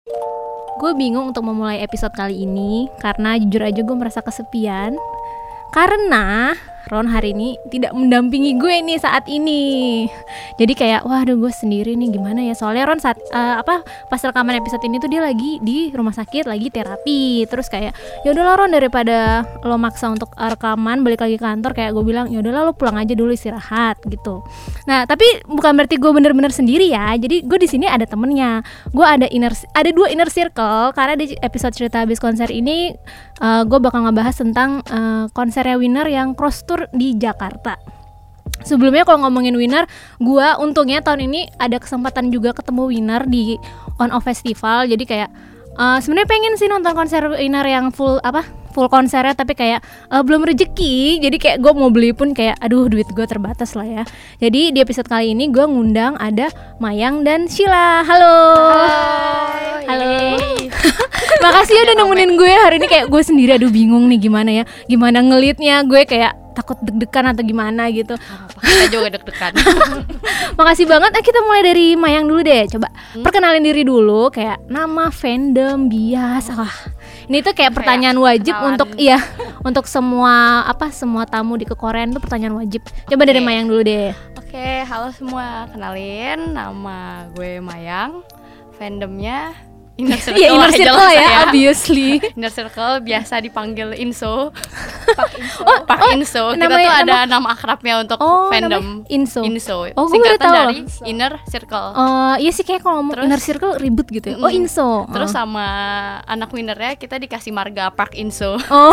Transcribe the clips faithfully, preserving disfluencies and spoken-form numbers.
Gue bingung untuk memulai episode kali ini karena jujur aja gue merasa kesepian. Karena Ron hari ini tidak mendampingi gue nih saat ini. Jadi kayak waduh gue sendiri nih gimana ya. Soalnya Ron saat uh, apa pas rekaman episode ini tuh dia lagi di rumah sakit lagi terapi. Terus kayak ya udahlah Ron, daripada lo maksa untuk rekaman balik lagi ke kantor, kayak gue bilang ya udahlah lo pulang aja dulu istirahat gitu. Nah tapi bukan berarti gue bener-bener sendiri ya. Jadi gue di sini ada temennya. Gue ada inner ada dua inner circle karena di episode cerita habis konser ini uh, gue bakal ngebahas tentang uh, konsernya Winner yang cross tour di Jakarta. Sebelumnya kalau ngomongin Winner, gue untungnya tahun ini ada kesempatan juga ketemu Winner di On Off Festival. Jadi kayak uh, sebenarnya pengen sih nonton konser Winner yang full apa full konsernya, tapi kayak uh, belum rezeki. Jadi kayak gue mau beli pun kayak aduh duit gue terbatas lah ya. Jadi di episode kali ini gue ngundang ada Mayang dan Sheila. Halo. Hai. Halo. Makasih ya udah nemenin gue hari ini. Kayak gue sendiri aduh bingung nih gimana ya, gimana ngelitnya, gue kayak takut deg-degan atau gimana gitu. Apa, kita juga deg-degan. Makasih banget. Eh kita mulai dari Mayang dulu deh. Coba hmm? perkenalin diri dulu, kayak nama, fandom, bias. Wah, ini tuh kayak pertanyaan wajib kenalan. Untuk iya untuk semua apa semua tamu di Kekorean tuh pertanyaan wajib. Coba okay. dari Mayang dulu deh. Oke, okay, halo semua, kenalin nama gue Mayang, fandomnya Inner Circle, ya, inner circle ya, ya, obviously. Inner Circle biasa dipanggil Inso. Pak Inso. Oh, Pak oh, Inso. Kita namanya, tuh ada nama, nama akrabnya untuk oh, fandom. Inso. Inso. Oh, gue singkatan tahu dari Inso. Inner Circle. Oh, uh, iya sih kayak kalau ngomong Inner Circle ribet gitu ya. Oh, Inso. Terus uh. sama anak Winnernya kita dikasih marga Park Inso. Oh.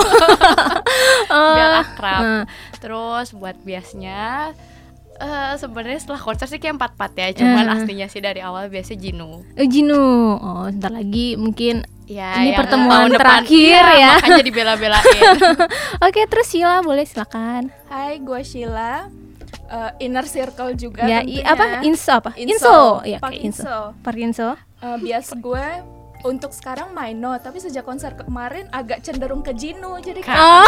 Biar akrab. Uh. Terus buat biasnya Uh, sebenarnya setelah konser sih kayak empat-empat ya, cuman uh. aslinya sih dari awal biasa Jinu. Oh, Jinu. Oh, ntar lagi mungkin ya, ini pertemuan tahun terakhir depan, ya. Makanya dibela-belain. Oke, terus Sheila boleh silakan. Hai, gue Sheila. Uh, inner Circle juga ya, tentunya. I, apa? Inso apa? Inso. Inso. Ya, Pak okay, Inso. Inso. Pak Inso. Uh, bias gue untuk sekarang Maino, tapi sejak konser kemarin agak cenderung ke Jinu, jadi kan. Oh.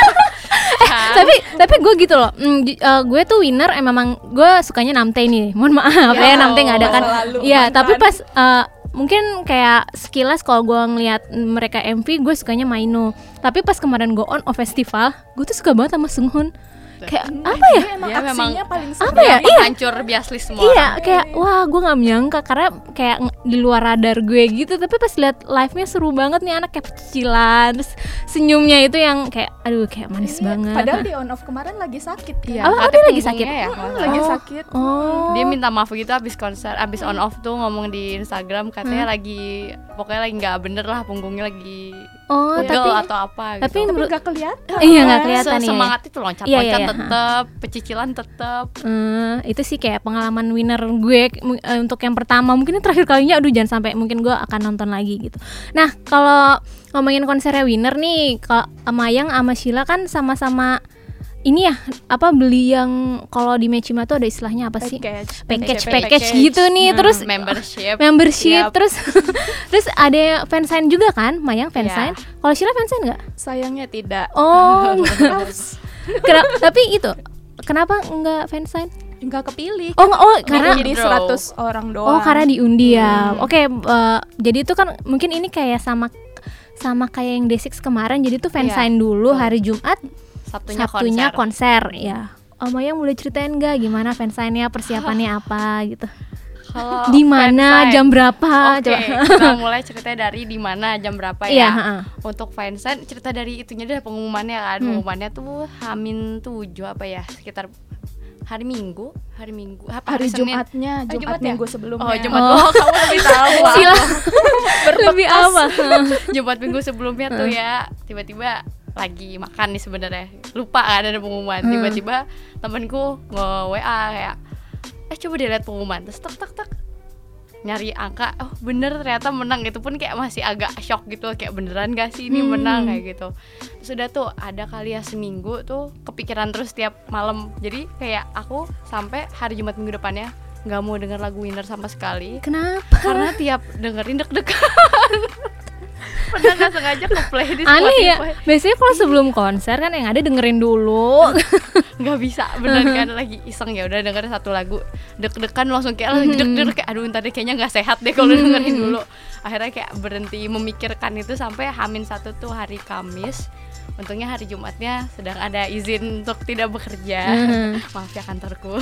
eh, tapi tapi gue gitu loh. Mm, uh, gue tuh Winner eh, memang gue sukanya Namtae nih. Mohon maaf ya, ya Namtae nggak ada kan. Iya, tapi pas uh, mungkin kayak sekilas kalau gue ngelihat mereka M V, gue sukanya Maino. Tapi pas kemarin gue on Off Festival, gue tuh suka banget sama Seunghun. Kayak hmm, apa ya? Emang dia memang paling apa ya? Iya, hancur biaslist semua. Iya, orang. Kayak wah, gue nggak menyangka karena kayak di luar radar gue gitu. Tapi pas lihat live-nya seru banget nih, anak kayak pecicilan, terus senyumnya itu yang kayak aduh kayak manis iya, banget. Padahal di On Off kemarin lagi sakit kan? Iya, oh, oh dia lagi sakit ya? Hmm, oh, lagi sakit. Oh. Dia minta maaf gitu abis konser, abis On Off tuh ngomong di Instagram katanya hmm. lagi pokoknya lagi nggak bener lah, punggungnya lagi oh, pegel tapi, atau apa gitu. Tapi nggak kelihatan. Iya nggak kelihatan ya. Semangat itu loncat-loncat iya, iya, iya. tetep, pecicilan tetep. Hmm, itu sih kayak pengalaman Winner gue uh, untuk yang pertama, mungkin ini terakhir kalinya. Aduh jangan sampai mungkin gue akan nonton lagi gitu. Nah kalau ngomongin konsernya Winner nih, kalau Mayang sama Sheila kan sama-sama ini ya apa beli yang kalau di Mechima tuh ada istilahnya apa sih? Package, package, package, package gitu nih. Hmm, terus membership, membership, yep. terus terus ada fansign juga kan, Mayang fansign. Yeah. Kalau Sheila fansign nggak? Sayangnya tidak. Oh, Kenapa, tapi itu kenapa nggak fansign? Nggak kepilih. Oh, oh karena di seratus orang doang. Oh, karena diundi ya. Hmm. Oke, okay, uh, jadi itu kan mungkin ini kayak sama sama kayak yang D six kemarin. Jadi tuh fansign yeah. dulu hari Jumat. Sabtunya, Sabtunya konser. konser ya. Om Mayang boleh ceritain nggak gimana fansign-nya, persiapannya apa gitu? Di mana, jam berapa? Oke, okay, kita mulai cerita dari di mana, jam berapa ya. Iya, uh-uh. Untuk fansign cerita dari itunya deh, pengumumannya kan. Hmm. Pengumumannya tuh Hamin tujuh apa ya? Sekitar hari Minggu, hari Minggu, apa hari, hari Senin? Jumatnya, Jumat, oh, Jumat Minggu ya? sebelumnya. Oh, Jumat. Oh, kamu lebih tahu. Sila. Lebih apa? Jumat Minggu sebelumnya tuh ya, tiba-tiba lagi makan nih sebenarnya, lupa kan ada pengumuman. hmm. Tiba-tiba temenku nge-W A kayak eh coba dilihat pengumuman, terus tak tak tak nyari angka, oh bener ternyata menang. Itu pun kayak masih agak shock gitu, kayak beneran gak sih ini hmm. menang kayak gitu. Sudah tuh ada kali ya seminggu tuh kepikiran terus tiap malam. Jadi kayak aku sampai hari Jumat minggu depannya nggak mau denger lagu Winner sama sekali. Kenapa? Karena tiap dengerin deg-degan. Pernah nggak sengaja nge-play di Aneh ya, Spotify. biasanya kalau sebelum konser kan yang ada dengerin dulu. Nggak bisa bener kan, lagi iseng ya udah dengerin satu lagu, deg-degan langsung kayak lagi deg-deg kayak aduh ntar deh kayaknya nggak sehat deh kalau dengerin dulu. Akhirnya kayak berhenti memikirkan itu sampai Hamin satu tuh hari Kamis. Untungnya hari Jumatnya sedang ada izin untuk tidak bekerja. Maaf ya kantorku.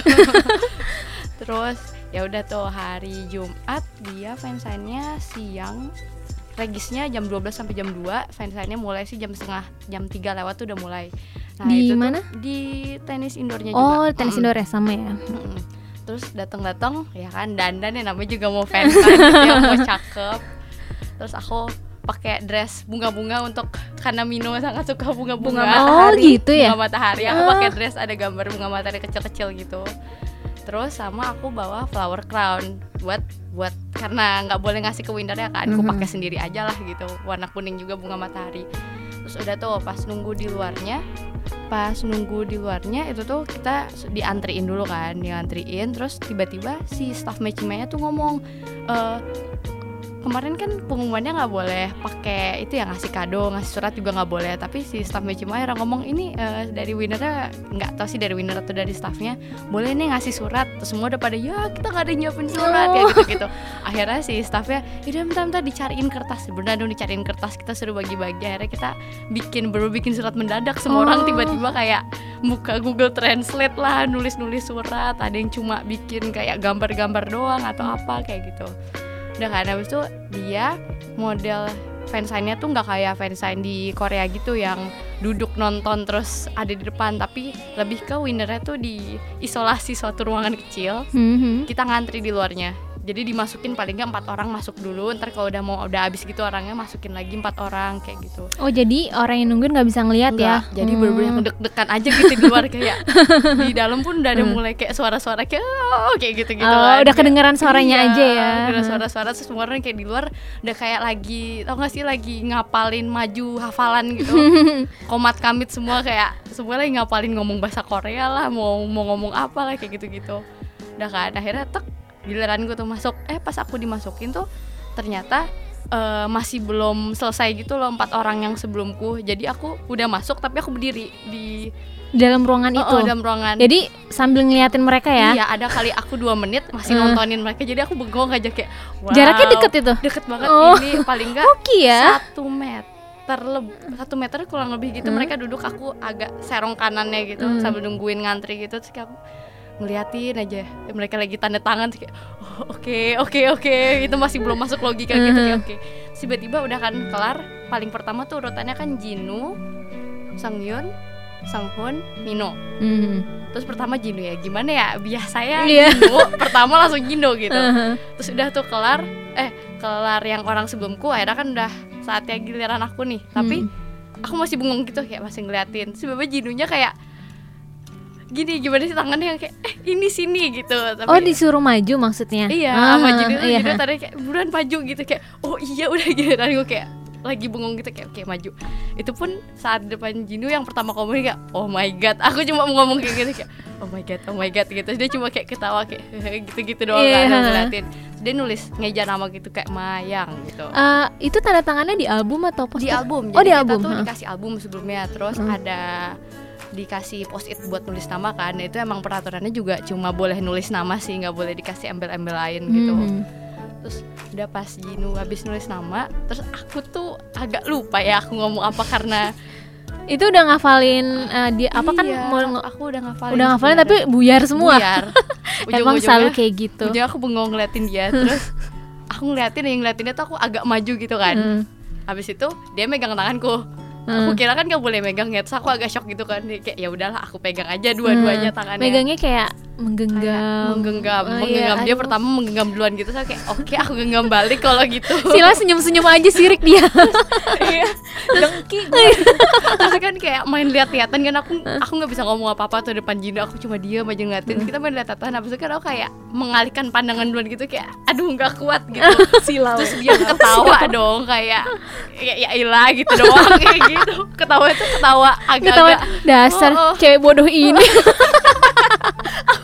Terus ya udah tuh hari Jumat dia fansign-nya siang, regisnya jam dua belas sampai jam dua, fansign-nya mulai sih jam setengah jam tiga lewat tuh udah mulai. Nah, di itu mana? Tuh di tenis indoornya Oh, juga. tenis indoor ya sama ya. Mm-mm. Terus datang-datang ya kan dandan ya namanya juga mau fansign gitu ya, mau cakep. Terus aku pakai dress bunga-bunga untuk karena Mino sangat suka bunga-bunga. Bunga Oh matahari. gitu ya. Bunga matahari. Aku Ah. pakai dress ada gambar bunga matahari kecil-kecil gitu. Terus sama aku bawa flower crown buat buat karena nggak boleh ngasih ke winner ya kan, aku Mhm. pakai sendiri aja lah gitu. Warna kuning juga bunga matahari. Terus udah tuh pas nunggu di luarnya, pas nunggu di luarnya itu tuh kita diantriin dulu kan, diantriin. Terus tiba-tiba si staff matchingnya tuh ngomong, e, kemarin kan pengumumannya nggak boleh pakai itu ya, ngasih kado, ngasih surat juga nggak boleh. Tapi si staff matchingnya ngomong ini uh, dari winnernya, nggak tahu sih dari winner atau dari staffnya, boleh nih ngasih surat. Terus semua udah pada ya kita nggak ada nyiapin surat Oh. ya gitu-gitu. Akhirnya si staffnya, ya bentar-bentar dicariin kertas, bener dong dicariin kertas, kita suruh bagi-bagi. Akhirnya kita bikin baru bikin surat mendadak. Semua Oh. orang tiba-tiba kayak buka Google Translate lah, nulis-nulis surat. Ada yang cuma bikin kayak gambar-gambar doang atau apa kayak gitu. Udah kan, habis itu dia model fansign-nya tuh nggak kayak fansign di Korea gitu yang duduk nonton terus ada di depan, tapi lebih ke winnernya tuh di isolasi suatu ruangan kecil, Mhm. kita ngantri di luarnya. Jadi dimasukin paling nggak empat orang masuk dulu, ntar kalau udah mau udah habis gitu orangnya masukin lagi empat orang kayak gitu. Oh jadi orang yang nungguin nggak bisa ngelihat ya? Enggak, jadi Hmm. bener-bener deg-degan aja gitu di luar kayak di dalam pun udah ada mulai kayak suara-suara kayak oh, kayak gitu-gitu Oh, kan. udah kedengeran suaranya Iya, aja ya. Udah suara-suara terus semua orang kayak di luar udah kayak lagi tau gak sih lagi ngapalin maju hafalan gitu. Komat kamit semua kayak semua lagi ngapalin ngomong bahasa Korea lah, mau mau ngomong apa lah kayak gitu-gitu. Udah kan akhirnya tek giliran gue tuh masuk, eh pas aku dimasukin tuh ternyata uh, masih belum selesai gitu loh empat orang yang sebelumku. Jadi aku udah masuk tapi aku berdiri di Dalam ruangan oh, itu. oh, dalam ruangan. Jadi sambil ngeliatin mereka ya? Iya, ada kali aku dua menit masih Hmm. nontonin mereka. Jadi aku bengong aja kayak wow. Jaraknya deket itu? Deket banget. Oh. Ini paling enggak Oke ya. satu meter lebih, satu meter kurang lebih gitu. Hmm. Mereka duduk, aku agak serong kanannya gitu Hmm. sambil nungguin ngantri gitu. Terus kayak aku ngeliatin aja mereka lagi tanda tangan terus kayak oh, oke oke oke itu masih belum masuk logika gitu kayak oke. Terus tiba-tiba udah kan kelar, paling pertama tuh urutannya kan Jinu, Sanghyun, Sanghoon, Mino. Mhm. Terus pertama Jinu ya, gimana ya biasa ya Iya. Jinu, pertama langsung Jinu gitu. Uh-huh. Terus udah tuh kelar, eh kelar yang orang sebelumku, akhirnya kan udah saatnya giliran aku nih. Tapi Hmm. aku masih bengong gitu kayak masih ngeliatin. Sebabnya Jinunya kayak gini, gimana sih tangannya yang kayak eh ini sini gitu. Tapi Oh disuruh maju maksudnya? iya, Ah, sama Jinu tuh iya. Jinu tadi kayak buruan maju gitu kayak oh iya udah giliran gue kayak lagi bengong gitu kayak oke maju. Itu pun saat depan Jinu yang pertama ngomong kayak oh my god. Aku cuma mau ngomong kayak gitu kayak oh my god, oh my god gitu. Dia cuma kayak ketawa kayak gitu-gitu doang Iya. kan ngeliatin. Terus dia nulis ngeja nama gitu kayak Mayang gitu. Eh, itu tanda tangannya di album atau poster? Di album. Oh Jadi di kita album. tuh Hah. dikasih album sebelumnya, terus Hmm. ada dikasih post-it buat nulis nama kan. Nah, itu emang peraturannya juga cuma boleh nulis nama sih, nggak boleh dikasih embel-embel lain gitu. Mhm. Terus udah pas Jinu habis nulis nama, terus aku tuh agak lupa ya aku ngomong apa karena Itu udah ngafalin eh, dia apa kan iya, mau ngo- aku udah ngafalin. udah ngafalin tapi buyar semua. Buyar. Emang Ujung-ujungnya- selalu kayak gitu. ujungnya aku bengong ngeliatin dia, terus aku ngeliatin yang ngeliatinnya tuh aku agak maju gitu kan. Hmm. Habis itu dia megang tanganku. Hmm. Aku kira kan gak boleh megang ya, terus aku agak shock gitu kan. Dia kayak ya udahlah aku pegang aja dua-duanya Hmm. tangannya. Megangnya kayak Kayak menggenggam. menggenggam, Oh, menggenggam. iya, Dia aduh. pertama menggenggam duluan gitu, saya kayak oke aku genggam balik kalau gitu. Sila senyum-senyum aja sirik dia. Iya. Dengki gue. Terus kan kayak main lihat-lihatan kan, aku aku nggak bisa ngomong apa-apa tuh depan Jinu, aku cuma diam aja ngeliatin. Kita main lihat-lihatan, habis itu kan aku kayak mengalihkan pandangan duluan gitu kayak aduh nggak kuat gitu. Silau. Terus dia ketawa dong kayak ya ya ilah gitu doang kayak gitu. Ketawa itu ketawa Ketawa agak-agak dasar Oh, oh. cewek bodoh ini. aku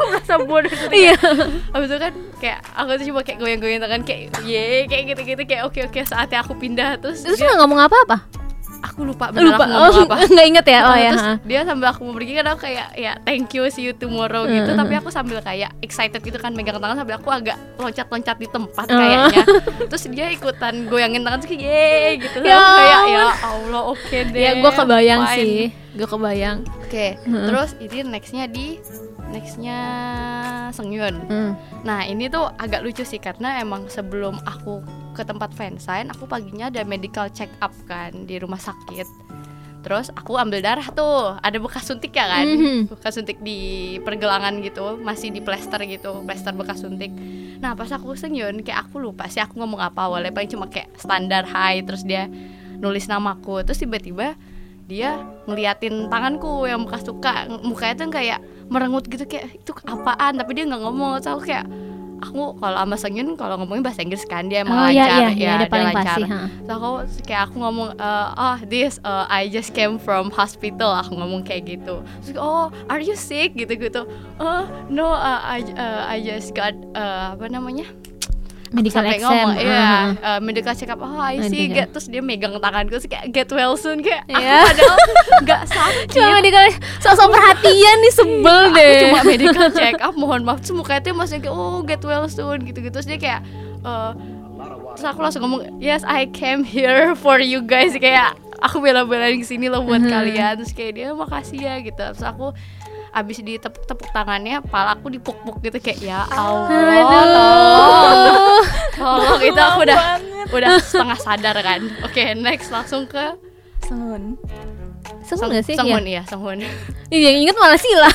merasa bodoh gitu. Iya. Habis itu kan kayak aku tuh cuma kayak goyang-goyang tangan kayak ye kayak gitu-gitu kayak oke oke saatnya aku pindah terus Terus dia, nggak ngomong apa-apa? aku lupa benar Lupa. aku ngomong Oh, apa. nggak inget ya? Oh ya. Terus ha. dia sambil aku mau pergi kan aku kayak ya thank you see you tomorrow gitu, Mm. tapi aku sambil kayak excited gitu kan megang tangan sambil aku agak loncat-loncat di tempat Oh. kayaknya. Terus dia ikutan goyangin tangan terus kayak ye gitu. Ya Aku kayak ya ampun. Allah oke deh. Ya gue kebayang fine. sih, gue kebayang. Oke, Mm. terus ini nextnya di nextnya Seungyeon. Hmm. Nah ini tuh agak lucu sih karena emang sebelum aku ke tempat fansign aku paginya ada medical check up kan di rumah sakit. Terus aku ambil darah tuh, ada bekas suntik ya kan, Mhm. bekas suntik di pergelangan gitu, masih di plester gitu, plester bekas suntik. Nah pas aku Seungyeon kayak aku lupa sih aku ngomong apa awalnya, paling cuma kayak standar hi, terus dia nulis namaku, terus tiba-tiba dia ngeliatin tanganku yang bekas luka, mukanya tuh kayak merengut gitu kayak itu apaan, tapi dia nggak ngomong, terus aku kayak aku kalau sama Seungyeon kalau ngomongin bahasa Inggris kan dia emang Oh iya lancar iya, ya, iya, ada dia paling lancar. pasti. Ha. So aku kayak aku ngomong uh, oh this uh, I just came from hospital, aku ngomong kayak gitu. Terus oh are you sick gitu-gitu. Oh no uh, I uh, I just got uh, apa namanya? Medical Sampai exam. ngomong, iya, Ha. uh, medical check up. Oh I see, Medical. get, terus dia megang tanganku terus kayak get well soon kayak aku Iya. padahal nggak sakit. Cuma medical, sosok perhatian nih sebel Aku deh. cuma medical check up, mohon maaf. Terus mukanya tuh masih kayak oh get well soon gitu-gitu. Terus dia kayak uh, terus aku langsung ngomong yes I came here for you guys, kayak aku bela-belain kesini loh buat Mhm. kalian. Terus kayak dia makasih ya gitu. Terus aku abis ditepuk-tepuk tangannya, pala aku dipuk-puk gitu kayak ya Allah tolong, Aduh. tolong itu aku udah banget. udah setengah sadar kan. Oke next langsung ke Seungyeon. Senggun gak sih? Seunghoon Ya. ya Seunghoon. Iya, yang inget malah Sila.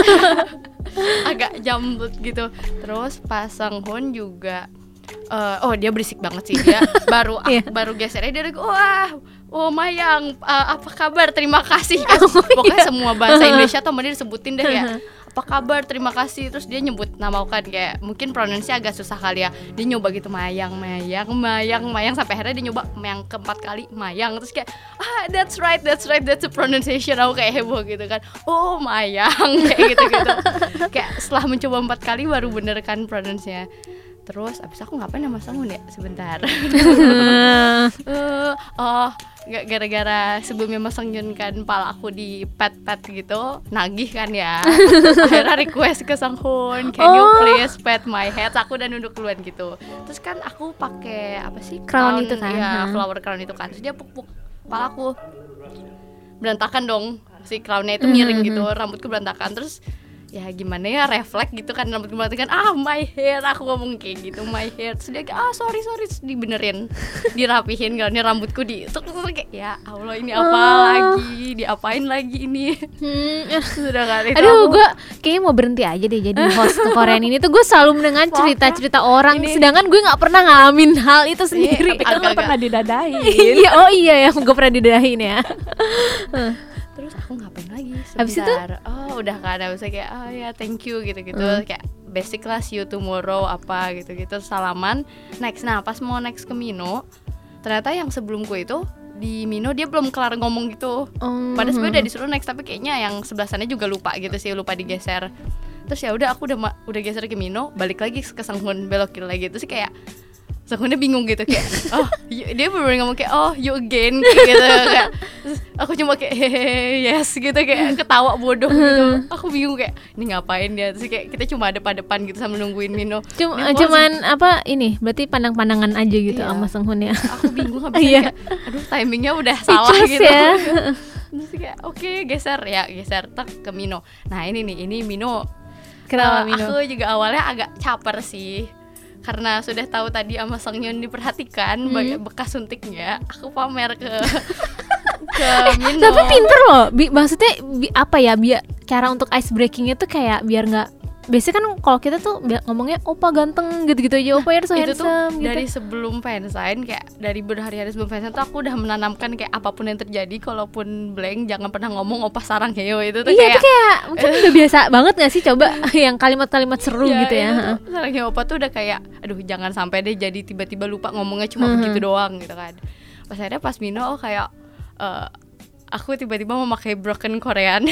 Agak jambut gitu. Terus pas Seunghoon juga eh, oh dia berisik banget sih dia baru Iya. baru gesernya dia lagi wah oh Mayang eh, apa kabar terima kasih kan Oh, pokoknya iya. semua bahasa Indonesia tuh dia disebutin deh ya apa kabar terima kasih, terus dia nyebut nama aku kan kayak mungkin pronunciasi agak susah kali ya, dia nyoba gitu Mayang Mayang Mayang Mayang sampai akhirnya dia nyoba yang keempat kali Mayang, terus kayak ah that's right that's right that's the pronunciation, aku kayak heboh gitu kan oh Mayang kayak gitu gitu kayak setelah mencoba empat kali baru bener kan pronunciasinya. Terus abis aku ngapain sama Seunghoon ya sebentar. uh, oh gak gara-gara sebelumnya Mas Seungyeon kan pala aku di pet-pet gitu nagih kan ya. Akhirnya request ke Seunghoon, can you Oh. please pet my head, aku udah nunduk duluan gitu. Terus kan aku pakai apa sih Crown itu kan, ya ha. flower crown itu kan, terus dia puk-puk pala aku berantakan dong, si crownnya itu miring Mhm. gitu, rambutku berantakan. Terus ya gimana ya refleks gitu kan rambut berantakan, ah my hair, aku ngomong kayak gitu my hair, terus dia kayak ah sorry sorry, terus dibenerin dirapihin kan rambutku di terus kayak ya Allah ini apa Oh. lagi diapain lagi ini. Hmm, Sudah kali itu aduh, aku- gue kayaknya mau berhenti aja deh jadi host ke Korean ini tuh. Gue selalu mendengar cerita-cerita orang, Ini- sedangkan gue nggak pernah ngalamin hal itu sendiri. Tapi kan Agak-agak. pernah didadain. Iya, oh iya ya, gue pernah didahin ya. terus aku ngapain lagi Habis itu? sebentar, oh udah kan habis itu kayak oh ya thank you gitu-gitu, Hmm. kayak basic lah see you tomorrow apa gitu-gitu, salaman next. Nah pas mau next ke Mino ternyata yang sebelumku itu di Mino dia belum kelar ngomong gitu. Padahal sebenarnya udah disuruh next tapi kayaknya yang sebelah sana juga lupa gitu sih, lupa digeser. Terus ya udah aku udah ma- udah geser ke Mino, balik lagi ke Seunghoon, belok kiri lagi. Terus kayak Seunghoonnya bingung gitu kayak oh you- dia bener ngomong kayak oh you again kayak gitu kayak. Terus aku cuma kayak hehehe yes gitu kayak ketawa bodoh gitu. Aku bingung kayak ini ngapain dia. Terus kayak kita cuma ada depan gitu sambil nungguin Mino. Cuma, Dia mau cuman apa ini? Berarti pandang-pandangan aja gitu Iya. sama Seunghoon ya. aku bingung habis Iya. kayak aduh timingnya udah salah Speechless gitu ya. terus kayak oke geser ya geser tak ke Mino. Nah ini nih ini Mino. Kenapa Eh, Mino? Aku juga awalnya agak caper sih karena sudah tahu tadi sama Seungyeon diperhatikan Hmm. banyak bekas suntiknya, aku pamer ke ke Mino. Tapi pinter loh, Bi- maksudnya bi- apa ya, biar cara untuk ice breakingnya tuh kayak biar nggak, biasanya kan kalau kita tuh bi- ngomongnya opa ganteng gitu-gitu aja, opa you're so itu tuh handsome gitu. dari sebelum fansign, kayak dari berhari-hari sebelum fansign tuh aku udah menanamkan kayak apapun yang terjadi kalaupun blank jangan pernah ngomong opa sarang heyo, itu tuh Iya kayak tuh kayak mungkin udah biasa banget gak sih coba yang kalimat-kalimat seru ya, gitu ya. itu tuh, sarangnya opa tuh udah kayak aduh jangan sampai deh jadi tiba-tiba lupa ngomongnya cuma Mhm. begitu doang gitu kan. Pas akhirnya pas Mino oh kayak eh, aku tiba-tiba mau pakai broken Korean.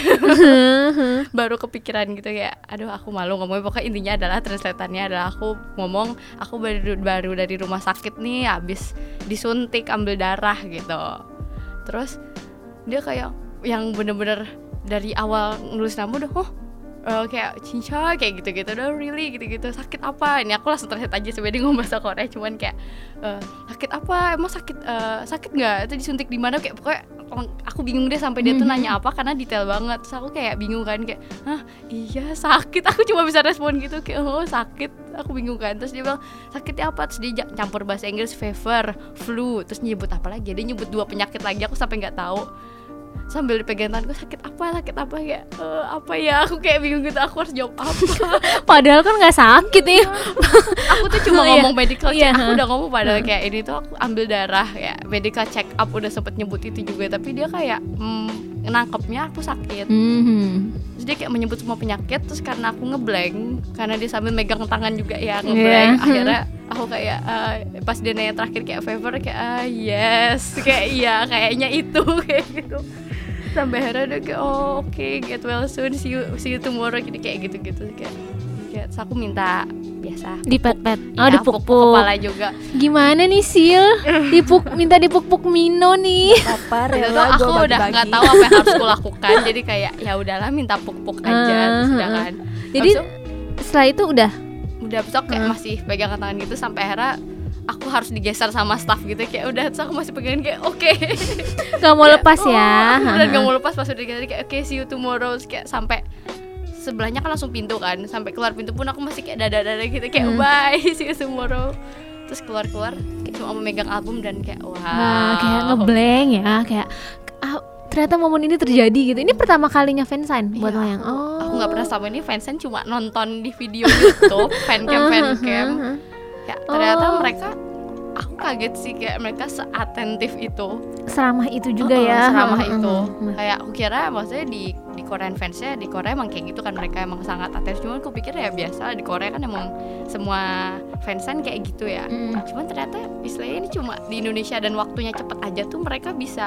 Baru kepikiran gitu ya, aduh aku malu ngomongnya. Pokoknya intinya adalah translatannya adalah aku ngomong aku baru baru dari rumah sakit nih, habis disuntik ambil darah gitu. Terus dia kayak yang bener-bener dari awal nulis nama udah oh Uh, kayak cinca kayak gitu-gitu, udah really gitu-gitu, sakit apa? Ini aku langsung translate aja sebenarnya ngomong bahasa Korea, cuman kayak uh, sakit apa? Emang sakit uh, sakit nggak? Itu disuntik di mana? Kayak pokoknya aku bingung deh sampai dia tuh nanya apa karena detail banget. Terus aku kayak bingung kan kayak, hah iya sakit. Aku cuma bisa respon gitu kayak oh sakit. Aku bingung kan. Terus dia bilang sakitnya apa? Terus dia campur bahasa Inggris fever, flu, terus nyebut apa lagi? Dia nyebut dua penyakit lagi. Aku sampai nggak tahu. Sambil dipegang tanganku, sakit apa, sakit apa ya, uh, apa ya, aku kayak bingung gitu, aku harus jawab apa. Padahal kan nggak sakit ya. Aku tuh cuma ngomong medical check, yeah. aku udah ngomong padahal kayak ini tuh aku ambil darah ya, medical check up udah sempet nyebut itu juga, tapi dia kayak mm, nangkepnya aku sakit. Mm-hmm. Terus dia kayak menyebut semua penyakit, terus karena aku ngeblank, karena dia sambil megang tangan juga ya ngeblank, yeah. Akhirnya aku kayak uh, pas dia nanya terakhir kayak fever kayak ah yes, kayak iya kayaknya itu kayak gitu. Sampai akhirnya dia kayak oh oke okay, get well soon, see you see you tomorrow, gitu kayak gitu-gitu kayak kayak terus aku minta biasa dipet-pet, oh ya, dipuk-puk kepala juga. Gimana nih Sil? Dipuk minta dipuk-puk Mino nih. Apa itu tuh aku udah nggak tahu apa yang harus aku lakukan, jadi kayak ya udahlah minta puk-puk aja, uh, terus udah kan. Jadi itu, setelah itu udah udah besok kayak uh. masih pegang tangan gitu sampai akhirnya aku harus digeser sama staff gitu kayak udah, terus aku masih pegang kayak oke okay. Gak mau lepas oh, ya. Aku beneran gak mau lepas pas udah digeser kayak oke okay, see you tomorrow, terus kayak sampai sebelahnya kan langsung pintu kan, sampai keluar pintu pun aku masih kayak dada-dada gitu kayak hmm. bye see you tomorrow. Terus keluar-keluar cuma memegang album dan kayak wow, nah, kayak ngeblank ya, kayak ah, ternyata momen ini terjadi gitu. Ini pertama kalinya fansign buat Mayang. Oh. Aku nggak pernah sama ini fansign, cuma nonton di video YouTube fancam fancam. Ya, ternyata oh. mereka, aku kaget sih kayak mereka seatentif itu, seramah itu juga uh, ya, seramah uh, itu. Uh, uh. Kayak aku kira maksudnya di di Korean fansnya di Korea emang kayak gitu kan, mereka emang sangat atentif. Cuman aku pikir ya biasa di Korea kan emang semua fansan kayak gitu ya. Mm. Cuman ternyata istilahnya ini cuma di Indonesia dan waktunya cepet aja tuh mereka bisa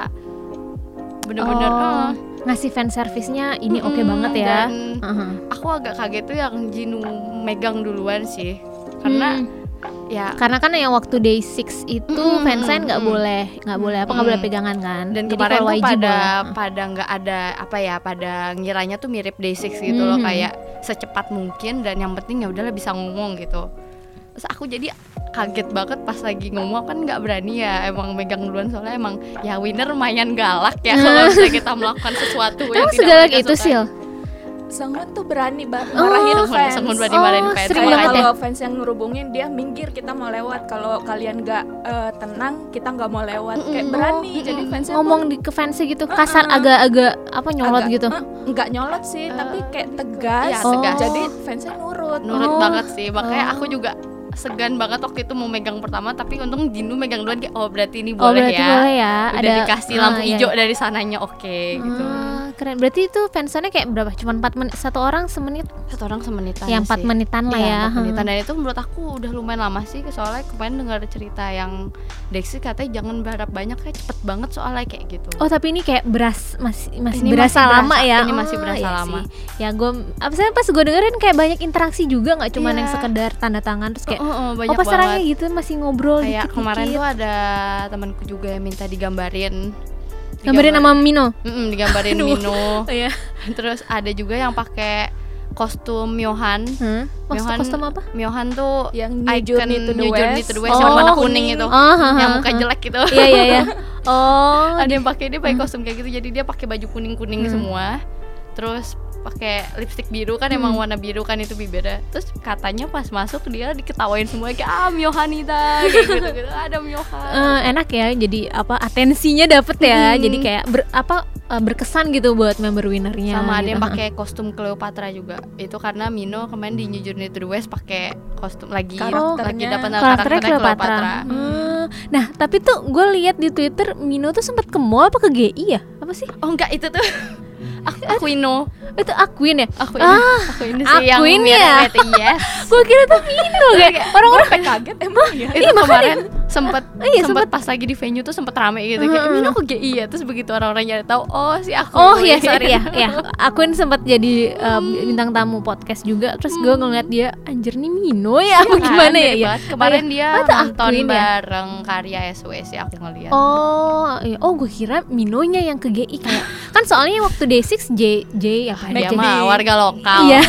bener-bener oh. uh, ngasih fan service-nya ini oke okay mm, banget ya. Dan uh-huh. aku agak kaget tuh yang Jinu megang duluan sih, karena mm. ya karena kan yang waktu day six itu mm, fansign nggak mm, boleh nggak boleh apa nggak mm. boleh pegangan kan. Dan jadi kemarin tuh pada boleh. pada nggak ada apa ya, pada ngiranya tuh mirip day six gitu mm. loh, kayak secepat mungkin dan yang penting ya udahlah bisa ngomong gitu. Terus aku jadi kaget banget pas lagi ngomong, kan nggak berani ya emang megang duluan, soalnya emang ya winner lumayan galak ya kalau misalnya kita melakukan sesuatu yang tidak segalak itu Sil. Sangwon tuh berani banget marahin oh, fans. Sangwon berani marahin oh, fans. Sering kayak banget kalau ya? Fans yang ngerubungin dia minggir, kita mau lewat. Kalau kalian nggak uh, tenang, kita nggak mau lewat. Mm-mm. Kayak berani. Oh, jadi fansnya ngomong pun, di ke fansnya gitu kasar, uh-uh. agak-agak apa nyolot agak, gitu. Uh, nggak nyolot sih, uh, tapi kayak tegas. Ya, tegas. Oh. Jadi fansnya nurut. Nurut oh. banget sih. Makanya oh. aku juga segan banget waktu itu mau megang pertama, tapi untung Jinu megang duluan kayak oh berarti ini oh, boleh berarti ya. boleh ya. Udah ada dikasih uh, lampu iya, hijau iya. dari sananya oke okay, gitu. Uh, keren. Berarti itu fansannya kayak berapa? Cuma empat menit, satu orang semenit. Satu orang semenitan. Ya empat menitan lah ya. empat menitan, dan itu menurut aku udah lumayan lama sih, soalnya kemarin dengar cerita yang Dexy katanya jangan berharap banyak, kayak cepet banget soalnya kayak gitu. Oh tapi ini kayak beras masih masih ini berasa masih lama berasa, ya. Ini masih berasa oh, lama. Iya ya gue, apa sih pas gue dengerin kayak banyak interaksi juga, nggak cuma yeah. yang sekedar tanda tangan terus kayak oh, oh, banyak oh pas caranya banget. gitu masih ngobrol kayak dikit-dikit. Kemarin tuh ada temanku juga yang minta digambarin. Gambarin sama Mino. Mm-mm, digambarin Mino. Oh, iya. Terus ada juga yang pakai kostum Myohan. Hmm? Myohan kostum apa? Myohan tuh yang New Journey to the New Journey West. to the West Oh, yang warna kuning itu. Oh, yang muka jelek gitu. Iya iya iya. Oh. Ada yang pakai, dia pakai kostum kayak gitu. Jadi dia pakai baju kuning-kuning hmm. semua. Terus pakai lipstick biru kan, hmm. emang warna biru kan itu bibirnya. Terus katanya pas masuk dia diketawain semua kayak ah Myohanita kayak gitu-gitu. Ada Myohan. Uh, enak ya, jadi apa atensinya dapet ya. Hmm. Jadi kayak ber, apa uh, berkesan gitu buat member winnernya. Sama gitu. ada yang pakai kostum Cleopatra juga. Itu karena Mino kemarin di New Journey to the West pakai kostum lagi lagi dapat karakternya Cleopatra. Cleopatra. Hmm. Nah, tapi tuh gue lihat di Twitter Mino tuh sempat ke mall apa ke G I ya? Apa sih? Oh enggak, itu tuh Aquino. Itu Aquin ya? Aku ini, Ah, aku ini sih yang Aquin ya? mirip yes. Gue kira tuh Mino kayak orang-orang Sampai kaget emang ya. Itu kemarin sempet Iya, sempet sempet. pas lagi di venue tuh sempet rame gitu kayak Heeh. Mino kok G I ya, terus begitu orang-orang nyari tahu oh si aku. Oh ya sorry ya, ya Aquin sempat jadi uh, bintang tamu podcast juga. Terus gue ngeliat dia anjir nih Mino ya, apa gimana ya? Ya. Kemarin Oh, dia iya. Oh, itu nonton Aquin ya? bareng Karya S W S ya aku ngeliat. Oh, iya. Oh gue kira Minonya yang ke G I kayak kan soalnya waktu D enam J J apa Dia J. mah warga lokal. Iya.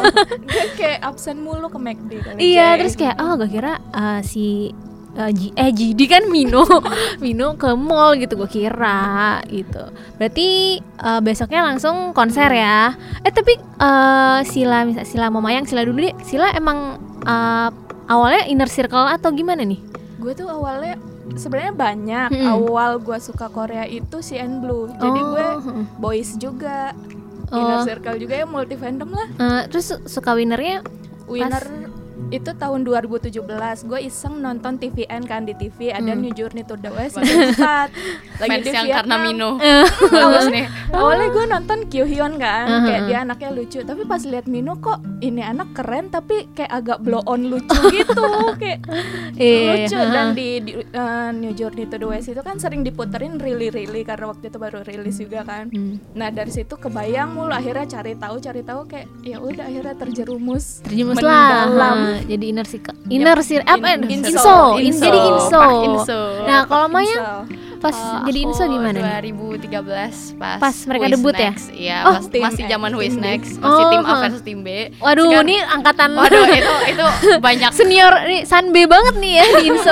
Dia kayak absen mulu ke McD kali. Iya, Jay. terus kayak oh gue kira uh, si uh, G, eh G D kan Mino, Mino ke mall gitu gue kira gitu. Berarti uh, besoknya langsung konser ya. Eh tapi uh, Sila misal Sila mau Mayang Sila dulu deh. Sila emang uh, awalnya inner circle atau gimana nih? Gue tuh awalnya sebenarnya banyak. Mm-mm. Awal gue suka Korea itu si N Blue. Jadi Oh, gue mm-mm. boys juga. Oh. Inner circle juga ya, multi fandom lah. Uh, terus suka winnernya Winner itu tahun dua ribu tujuh belas. Gue iseng nonton T V N kan, di T V ada Hmm. New Journey to the West season empat. Lagi Fans di yang Vietnam. karena Mino. Eh. Bagus nih. Awalnya gue nonton Kyohyun kan, Uh-huh. kayak dia anaknya lucu. Tapi pas lihat Mino kok ini anak keren, tapi kayak agak blow on lucu gitu, kayak Iya, lucu. iya. Dan di, di uh, New Journey to the West itu kan sering diputerin really really karena waktu itu baru rilis juga kan. Hmm. Nah dari situ kebayang mulu, akhirnya cari tahu cari tahu kayak ya udah akhirnya terjerumus. Terjemus lah. mendalam. Nah, jadi inner circle. Inner circle apa? In- Inso. inso. In- Inso. Jadi inso. Pak Inso. Nah, kalau Maya Insya. pas Oh, jadi aku inso gimana nih? dua ribu tiga belas pas Pas mereka Who is debut ya? Next. Iya, Oh, pas- tim masih X, zaman Who is tim B. Next, masih Oh, tim A huh. versus tim B. Waduh, Sekarang- ini angkatan Waduh, itu itu banyak. senior nih, Sanbe banget nih ya di Inso.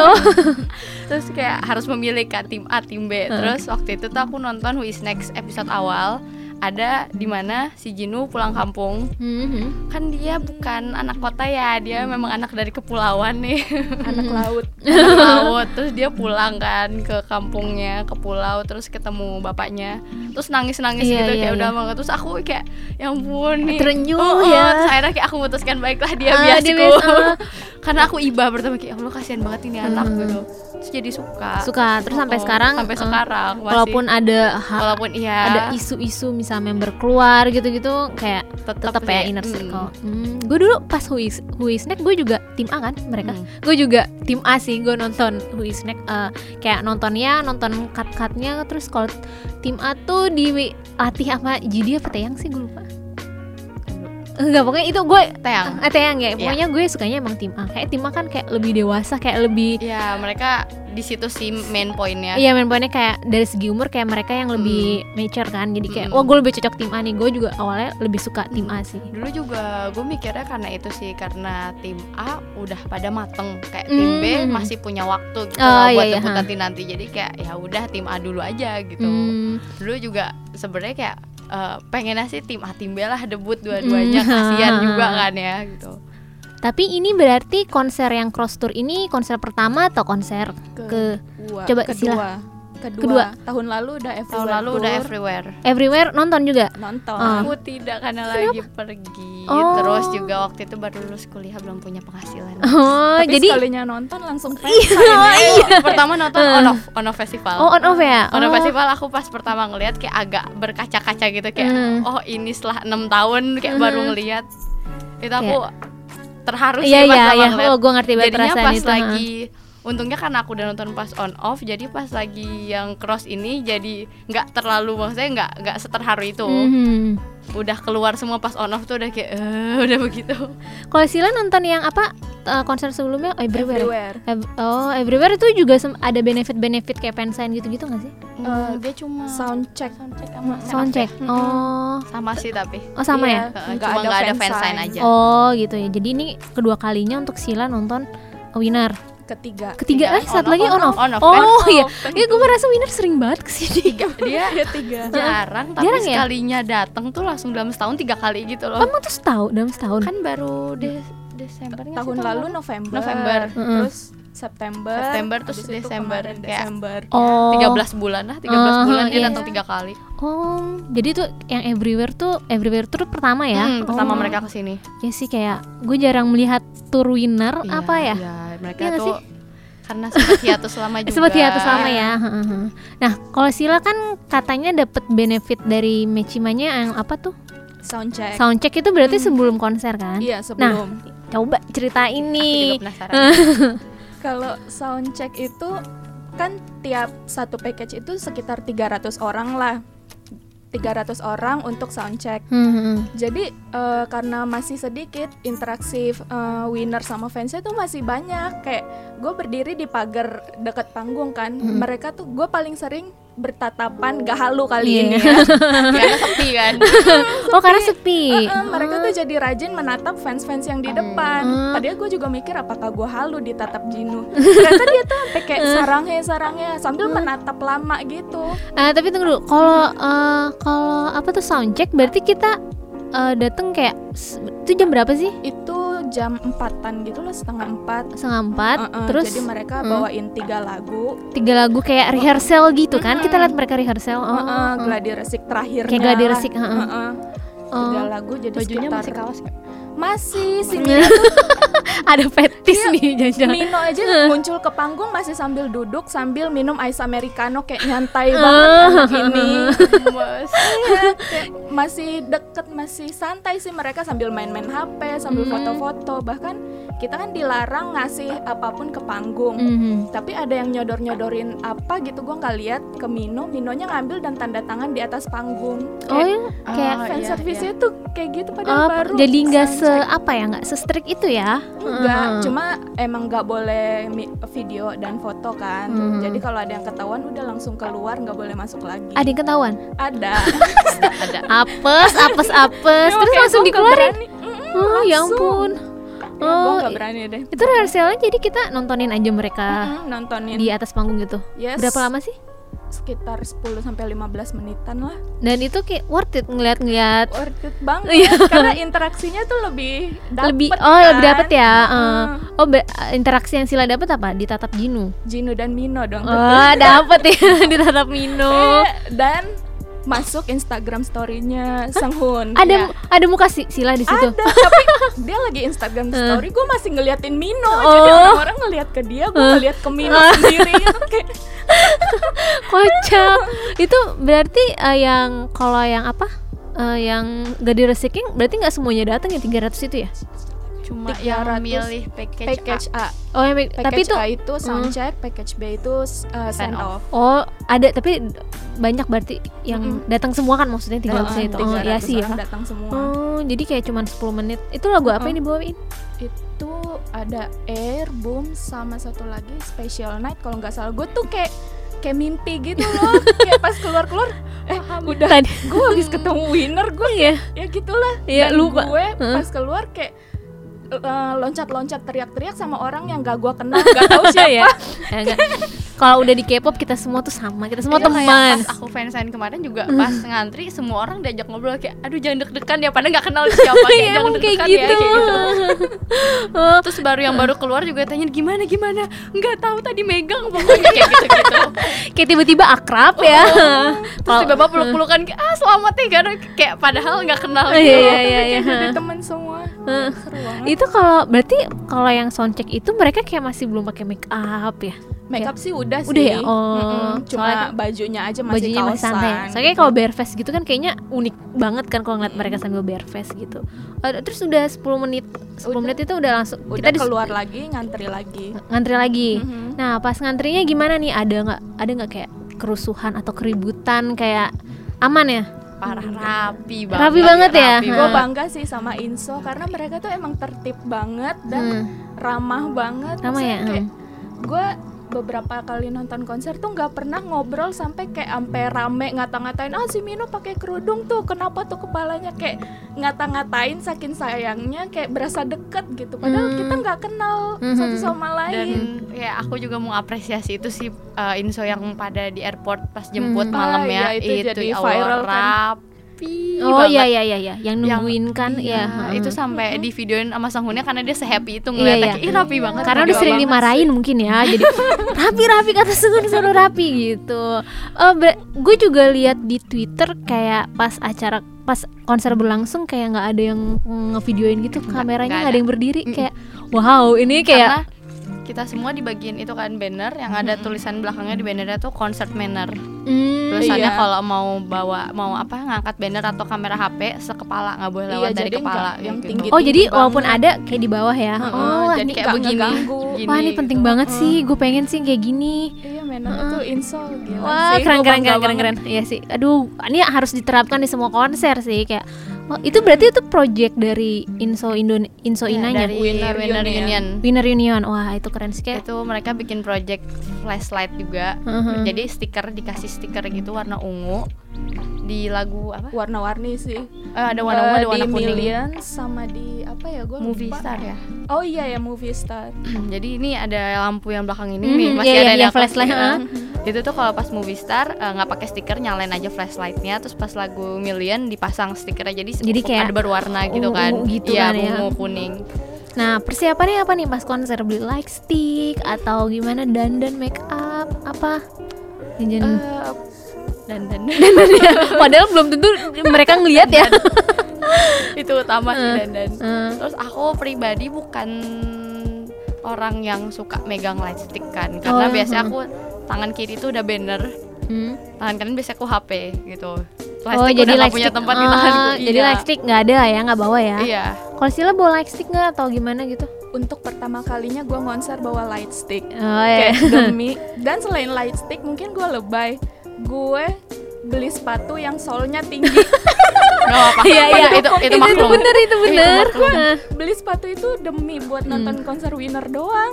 Terus kayak harus memilih kan tim A, tim B. Heeh. Terus waktu itu tuh aku nonton Who is Next episode awal. Ada di mana si Jinu pulang kampung. Mhm. Kan dia bukan anak kota ya, dia memang anak dari kepulauan nih. Anak laut. Anak laut. Terus dia pulang kan ke kampungnya, ke pulau, terus ketemu bapaknya. Terus nangis-nangis Iya, gitu iya, kayak iya. udah banget. Terus aku kayak ya ampun nih. Terenyuh Oh, oh, ya. Terus akhirnya kayak aku memutuskan baiklah dia Ah, biasku. dia bias- ah. Karena aku iba pertama kayak Allah kasihan banget ini anak Hmm. gitu. Terus jadi suka. Suka terus sampai Oh, sekarang sampai eh, sekarang masih, walaupun ada ha- walaupun iya ada isu-isu misal member keluar gitu-gitu kayak Tetep tetap ya sih, inner mm. circle. Hmm. Gue dulu pas Who is, Who is Next gue juga tim A kan mereka. Hmm. Gue juga tim A sih, gue nonton Who is Next eh, kayak nontonnya nonton cut-cutnya. Terus kalau tim A tuh dilatih apa Jidi apa Taeyang sih gue lupa. Enggak, pokoknya itu gue Taeyang. eh, Taeyang ya. Pokoknya gue sukanya emang tim A. Kayak tim A kan kayak lebih dewasa, kayak lebih Ya mereka di situ sih main poinnya. iya main poinnya kayak dari segi umur kayak mereka yang lebih mature kan. Jadi kayak Mm. wah gue lebih cocok tim A nih. Gue juga awalnya lebih suka tim A sih. Dulu juga gue mikirnya karena itu sih, karena tim A udah pada mateng, kayak tim B Mm. masih punya waktu gitu Oh, loh buat iya, iya, debut ha. nanti-nanti. Jadi kayak ya udah tim A dulu aja gitu. Hmm. Dulu juga sebenarnya kayak eh, pengennya sih tim A tim B lah debut dua-duanya, Mm. kasihan juga kan ya gitu. Tapi ini berarti konser yang cross tour ini konser pertama atau konser ke Kedua. Coba kedua. sila. Kedua. Kedua. Tahun lalu udah everywhere. Tahun lalu udah tour, everywhere. everywhere nonton juga? nonton. Ah. Aku tidak karena lagi pergi. Oh. Terus juga waktu itu baru lulus kuliah, belum punya penghasilan. Oh, Tapi jadi sekalinya nonton langsung fans Iya. Pertama nonton on off, on off festival. oh on off ya? On off Oh. festival aku pas pertama ngelihat kayak agak berkaca-kaca gitu kayak Hmm. oh ini setelah enam tahun kayak Hmm. baru ngelihat. Itu aku terharu sih Iya pas iya pertama iya. ngeliat. Oh, gue ngerti banget Jadinya perasaan pas itu. lagi untungnya karena aku udah nonton pas on off, jadi pas lagi yang cross ini jadi nggak terlalu, maksudnya nggak nggak seterharu itu. Mhm. Udah keluar semua pas on off tuh udah kayak eh udah begitu. Kalau Sila nonton yang apa eh, konser sebelumnya everywhere. ya? everywhere. Ev- oh, everywhere itu juga sem- ada benefit-benefit kayak fansign gitu-gitu nggak sih? Hmm, dia cuma Soundcheck. soundcheck sama Soundcheck. stand up ya. Oh. Sama sih tapi Oh, sama Iya, ya? Heeh, nggak cuma ada nggak ada fansign. fansign aja. Oh, gitu ya. Jadi ini kedua kalinya untuk Sila nonton Winner. Ketiga. Ketiga, eh Tiga, satu on lagi off, on off. on off, Oh kan? iya. On off, Iya, gue merasa Winner sering banget kesini. Dia Ya tiga. jarang tapi Jarang ya? sekalinya datang tuh langsung dalam setahun tiga kali gitu loh. Kamu tuh setahun dalam setahun. Kan baru de Desember nggak sih Tahun lalu November. November. Terus September. September, terus habis itu Desember. kemarin Kayak Desember. Oh. tiga belas bulan lah, tiga belas Oh, bulan dia iya. datang tiga kali. Oh, jadi tuh yang everywhere tuh everywhere tour pertama ya? Hmm, pertama Oh. mereka kesini. Ya sih kayak gue jarang melihat tour Winner apa ya? Iya, mereka Iya nggak tuh karena sempat hiatus lama juga. Sempat hiatus lama ya. Nah, kalau Sila kan katanya dapat benefit dari Mechimanya yang apa tuh? Soundcheck. Soundcheck itu berarti hmm. sebelum konser kan? Iya, sebelum. Nah, coba ceritain nih. Aku juga penasaran. Kalau soundcheck itu kan tiap satu package itu sekitar tiga ratus orang lah. tiga ratus orang untuk soundcheck. Hmm. Jadi uh, karena masih sedikit interaksi uh, winner sama fansnya tuh masih banyak. Kayak gue berdiri di pagar dekat panggung kan. Hmm. Mereka tuh gue paling sering bertatapan gak halu kali yeah. ini ya. Karena sepi kan. Oh karena sepi. Uh-uh, mereka tuh jadi rajin menatap fans-fans yang di depan. Hmm. Padahal gue juga mikir apakah gue halu ditatap Jinu. Ternyata dia tuh sampai kayak sarangnya-sarangnya sambil menatap lama gitu. Uh, tapi tunggu dulu. Kalau uh, kalau apa tuh soundcheck berarti kita uh, datang kayak itu jam berapa sih? Itu jam empatan gitu lah, setengah empat. Setengah empat. Uh-uh, terus jadi mereka hmm. bawain tiga lagu. Tiga lagu kayak rehearsal gitu kan? Hmm. Kita lihat mereka rehearsal. Oh, uh-uh, gladi resik terakhirnya. Kayak gladi resik. Uh-uh. Uh-uh. Tiga Oh. lagu jadi Bajunya sekitar masih kaos gak? masih si Mino tuh ada fetis Iya, nih jangan-jangan. Mino aja muncul ke panggung masih sambil duduk sambil minum ice americano kayak nyantai banget anak ini. Mas. Iya, kayak masih deket, masih santai sih mereka sambil main-main H P, sambil Hmm. foto-foto. Bahkan kita kan dilarang ngasih apapun ke panggung. Mhm. Tapi ada yang nyodor-nyodorin apa gitu, gue nggak lihat ke Mino. Minonya ngambil dan tanda tangan di atas panggung. Oh Kayak ya, kayak Oh, fan iya, service-nya iya. tuh kayak gitu padahal oh, baru. jadi nggak se soundcheck. apa ya, nggak se-strict itu ya? Enggak, Heeh. cuma emang nggak boleh mi- video dan foto kan. Hmm. Jadi kalau ada yang ketahuan udah langsung keluar, nggak boleh masuk lagi. Ada yang ketahuan? Ada. Ada. Apes, apes, apes. Cuma Terus kayak langsung gua nggak dikeluarin. berani. Mm-mm, Oh ya langsung. ampun. Ya, gue Oh, nggak berani deh. itu rehearsalnya jadi kita nontonin aja mereka Mm-mm, nontonin. di atas panggung gitu. Yes. Berapa lama sih? Sekitar sepuluh sampai lima belas menitan lah. Dan itu kayak worth it ngeliat-ngeliat. Worth it banget. Iya. Karena interaksinya tuh lebih dapet Lebih kan. oh lebih dapet ya. eh. Mm. Oh ber- interaksi yang Sila dapet apa? Ditatap Jinu. Jinu dan Mino dong. Oh dapet ya ditatap Mino. Eh, dan masuk Instagram story-nya Sanghoon. Ada Iya. ada muka si Sila di situ. Ada, tapi dia lagi Instagram story, gue masih ngeliatin Mino. Jadi Oh. orang-orang ngeliat ke dia, gue ngeliat ke Mino sendiri gitu kayak. Kocak. Itu berarti eh, yang kalau yang apa? Eh, yang Gladi Resiking berarti nggak semuanya datang ya tiga ratus itu ya? Cuma tiga ratus yang milih package, Package A, Oh, yang, tapi package itu A itu soundcheck, package B itu uh, send off. oh ada tapi banyak berarti yang Mm-mm. datang semua kan maksudnya tiga ratus Heeh, itu. Oh tiga iya ratus sih ya. orang datang semua. Oh, jadi kayak cuma sepuluh menit. Itu lagu apa Mm-mm. yang dibawain? Itu ada Air, Boom, sama satu lagi Special Night kalau nggak salah. Gue tuh kayak kayak mimpi gitu loh. Kayak pas keluar-keluar, eh udah Tadi gue habis ketemu winner, gue ya. ya gitulah. Iya, Dan lupa. gue Heeh. pas keluar kayak uh, loncat-loncat teriak-teriak sama orang yang gak gue kenal, gak tahu siapa. ya. Ya, enggak. Kalau udah di K-pop kita semua tuh sama, kita semua Iya, kayak teman. pas aku fansign kemarin juga pas ngantri semua orang diajak ngobrol kayak aduh jangan deg-degan ya padahal nggak kenal siapa kayak Iya, jangan emang kayak deg-degan ya gitu. kayak gitu. Oh, Terus baru yang baru keluar juga tanya gimana gimana nggak tahu tadi megang pokoknya kayak gitu-gitu. kayak tiba-tiba akrab ya. Terus Kalau- tiba-tiba peluk-pelukan kayak ah selamat ya karena kayak padahal nggak kenal Oh, gitu. iya, iya, Tapi iya, kayak iya. jadi temen semua. Heeh. Seru banget. Itu kalau berarti kalau yang soundcheck itu mereka kayak masih belum pakai make up ya? Makeup sih udah sih. Udah ya? Oh. Mm-mm. Cuma Soalnya- bajunya aja masih Bajunya masih kaosan. santai. Soalnya kalau bare face gitu kan kayaknya unik banget kan kalau ngeliat mereka sambil bare face gitu. Eh, terus udah sepuluh menit, sepuluh Udah. menit itu udah langsung Udah kita dis- keluar lagi, ngantri lagi. ngantri lagi. Mhm. Nah, pas ngantrinya gimana nih? Ada nggak ada nggak kayak kerusuhan atau keributan kayak aman ya? Parah rapi banget. Rapi banget ya? Rapi Heeh. Gue banget. bangga sih sama Inso karena mereka tuh emang tertib banget dan Hmm. ramah banget. Ramah ya? Maksudnya kayak gue beberapa kali nonton konser tuh nggak pernah ngobrol sampai kayak ampe rame ngata-ngatain ah si Mino pakai kerudung tuh kenapa tuh kepalanya kayak ngata-ngatain saking sayangnya kayak berasa deket gitu padahal Hmm. kita nggak kenal Mhm. satu sama Dan lain. ya aku juga mau apresiasi itu sih uh, Inso yang pada di airport pas jemput Hmm. malam Ah, ya iya, itu jadi ya viral Allah, kan. rapi Oh banget. iya iya iya iya, yang Yang- nungguin kan Iya, ya. itu sampai di videoin sama Sanghunnya karena dia sehappy itu Iya, ngeliatnya iya. kayak, ih rapi banget Karena rapi udah sering banget." dimarahin mungkin ya, jadi rapi-rapi kata Sungguh disuruh rapi gitu. Oh, gue juga lihat di Twitter kayak pas acara pas konser berlangsung kayak nggak ada yang ngevideoin gitu, Nggak, kameranya nggak nggak ada ada. yang berdiri Mm-mm. kayak wow ini Karena kayak kita semua dibagiin itu kan banner yang ada tulisan belakangnya di bannernya tuh concert manner. Hmm, Tulisannya iya. kalau mau bawa mau apa ngangkat banner atau kamera H P sekepala, nggak boleh lewat Iya, dari jadi kepala nggak yang gitu. tinggi. oh jadi banget. walaupun ada kayak di bawah ya. Heeh, Oh, jadi ini kayak nggak begini. ngeganggu. Gini wah ini penting gitu. banget sih. Gue pengen sih kayak gini. Iya, Manor itu Inso gila Wah sih. keren Gua keren bangga keren keren banget. keren. Iya sih. Aduh, ini harus diterapkan di semua konser sih kayak. Oh, itu berarti itu project dari Inso Indo Inso Ya, Inanya. dari Winner Winner, Union. Union. Winner Union. Wah, itu keren sih kayak. Itu mereka bikin project flashlight juga. Mhm. Jadi stiker dikasih stiker gitu warna ungu di lagu apa? Warna-warni sih. Eh, ada warna ungu, Eh, ada warna di kuning. Millions sama di apa ya gue Movie Star ya. Oh iya ya Movie Star. Jadi ini ada lampu yang belakang ini Mhm, nih masih iya, ada iya, yang iya, flashlight, ya. heeh. Itu tuh kalau pas Movie Star eh, nggak pakai stiker, nyalain aja flashlightnya, terus pas lagu Million dipasang stikernya, jadi, Jadi kayak ada berwarna gitu kan. ungu-ungu gitu Iya, kan ya. ungu kuning. Nah, persiapannya apa nih pas konser? Beli light stick atau gimana, dandan, make up, apa? Jajan. Eh, dan dan Padahal belum tentu mereka ngelihat ya. itu utama sih dan dan. Eh, Terus aku pribadi bukan orang yang suka megang light stick kan, karena Oh, biasanya hmm. aku tangan kiri tuh udah banner, hmm. tangan kanan biasanya aku H P gitu. Light Oh, stick jadi udah light gak punya stick. tempat di Oh, tanganku. jadi Iya. light stick nggak ada ya, nggak bawa ya? Iya. Kalau Sila bawa light stick nggak atau gimana gitu? Untuk pertama kalinya gue konser bawa light stick. Oh ya. Kayak demi. Dan selain light stick mungkin gue lebay. Gue beli sepatu yang solnya tinggi. Gak apa-apa. Iya iya itu itu itu maklum. bener itu bener. Beli sepatu itu demi buat nonton konser Winner doang.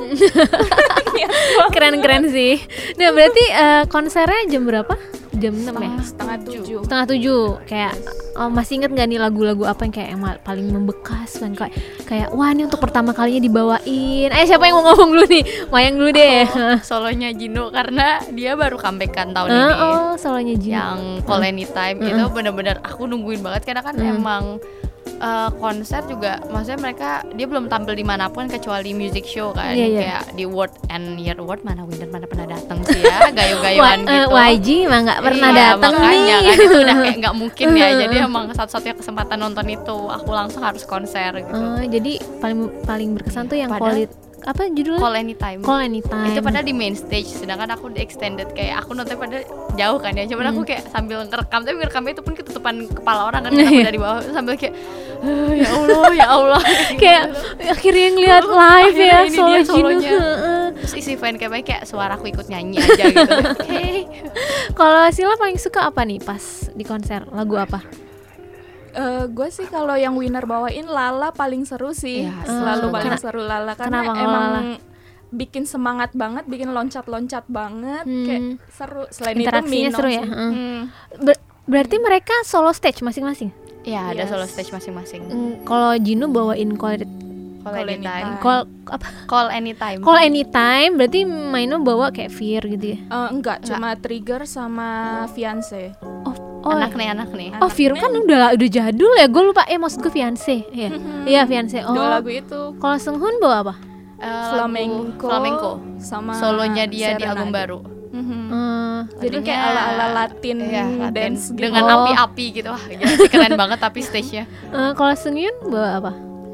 Keren keren sih. Nah berarti eh, konsernya jam berapa? Jam enam ya? Setengah tujuh. Setengah tujuh. Kayak oh, masih inget gak nih lagu-lagu apa yang kayak yang ma- paling membekas kan, kayak kayak wah ini untuk pertama kalinya dibawain. Eh siapa yang mau ngomong dulu nih? Mayang dulu deh. Oh, solonya Jino karena dia baru comeback kan tahun Eh, ini. oh solonya Jin. Yang Call Anytime itu benar-benar aku nungguin banget karena kan emang eh, konser juga, maksudnya mereka dia belum tampil dimanapun kecuali music show kan. Iya, iya. Kayak di World and Year Award mana Winner mana pernah datang sih ya, Wah, gayo-gayoan eh, gitu. Y G mah nggak pernah Iya, datang makanya nih. kan itu udah kayak nggak mungkin ya. Jadi emang satu-satunya kesempatan nonton itu aku langsung harus konser gitu. Oh, jadi paling paling berkesan tuh yang Padahal- Call It- apa judulnya? Call Anytime. Call Anytime. Itu padahal di main stage, sedangkan aku di extended, kayak aku nonton pada jauh kan ya, cuman aku kayak sambil ngerekam, tapi ngerekamnya itu pun ketutupan kepala orang kan, karena aku dari bawah sambil kayak "Eh, ya Allah ya Allah kayak akhirnya ngeliat live Akhirnya ya ini solo dia Jino. solonya. Heeh. Terus isi fan kayak kayak suara aku ikut nyanyi aja gitu. Oke. Kalau Sila paling suka apa nih pas di konser? Lagu apa? Eh, gue sih kalau yang Winner bawain Lala paling seru sih. Iya, Selalu seru paling banget. seru Lala karena Kenapa kalau emang Lala? bikin semangat banget, bikin loncat-loncat banget, Hmm. kayak seru. Selain Interaksinya itu seru Mino ya? sih. Heeh. Hmm. Ber- berarti mereka solo stage masing-masing. Ya ada Yes. solo stage masing-masing. Mm, kalau Jino bawain Call It- Call Call Anytime. Anytime. Call apa? Call Anytime. Call Anytime berarti Maino bawa kayak Fear gitu ya. Eh, enggak, cuma Trigger sama Fiance. Oh, oh. anak nih anak nih. Oh, Fear kan udah udah jadul ya. Gue lupa. Eh maksud gue Fiance. Iya. Iya, Fiance. Oh. Dua lagu itu Kalau Seunghoon bawa apa? Eh, lagu Flamenco, Flamenco. sama Solonya dia di Serenade. album baru. Mhm. Eh, Jadi Lagunya- kayak ala-ala Latin Iya, Latin. dance gitu. Dengan Oh. api-api gitu. Wah, gila sih, keren banget tapi stage-nya. eh, kalau Seunghyun bawa apa?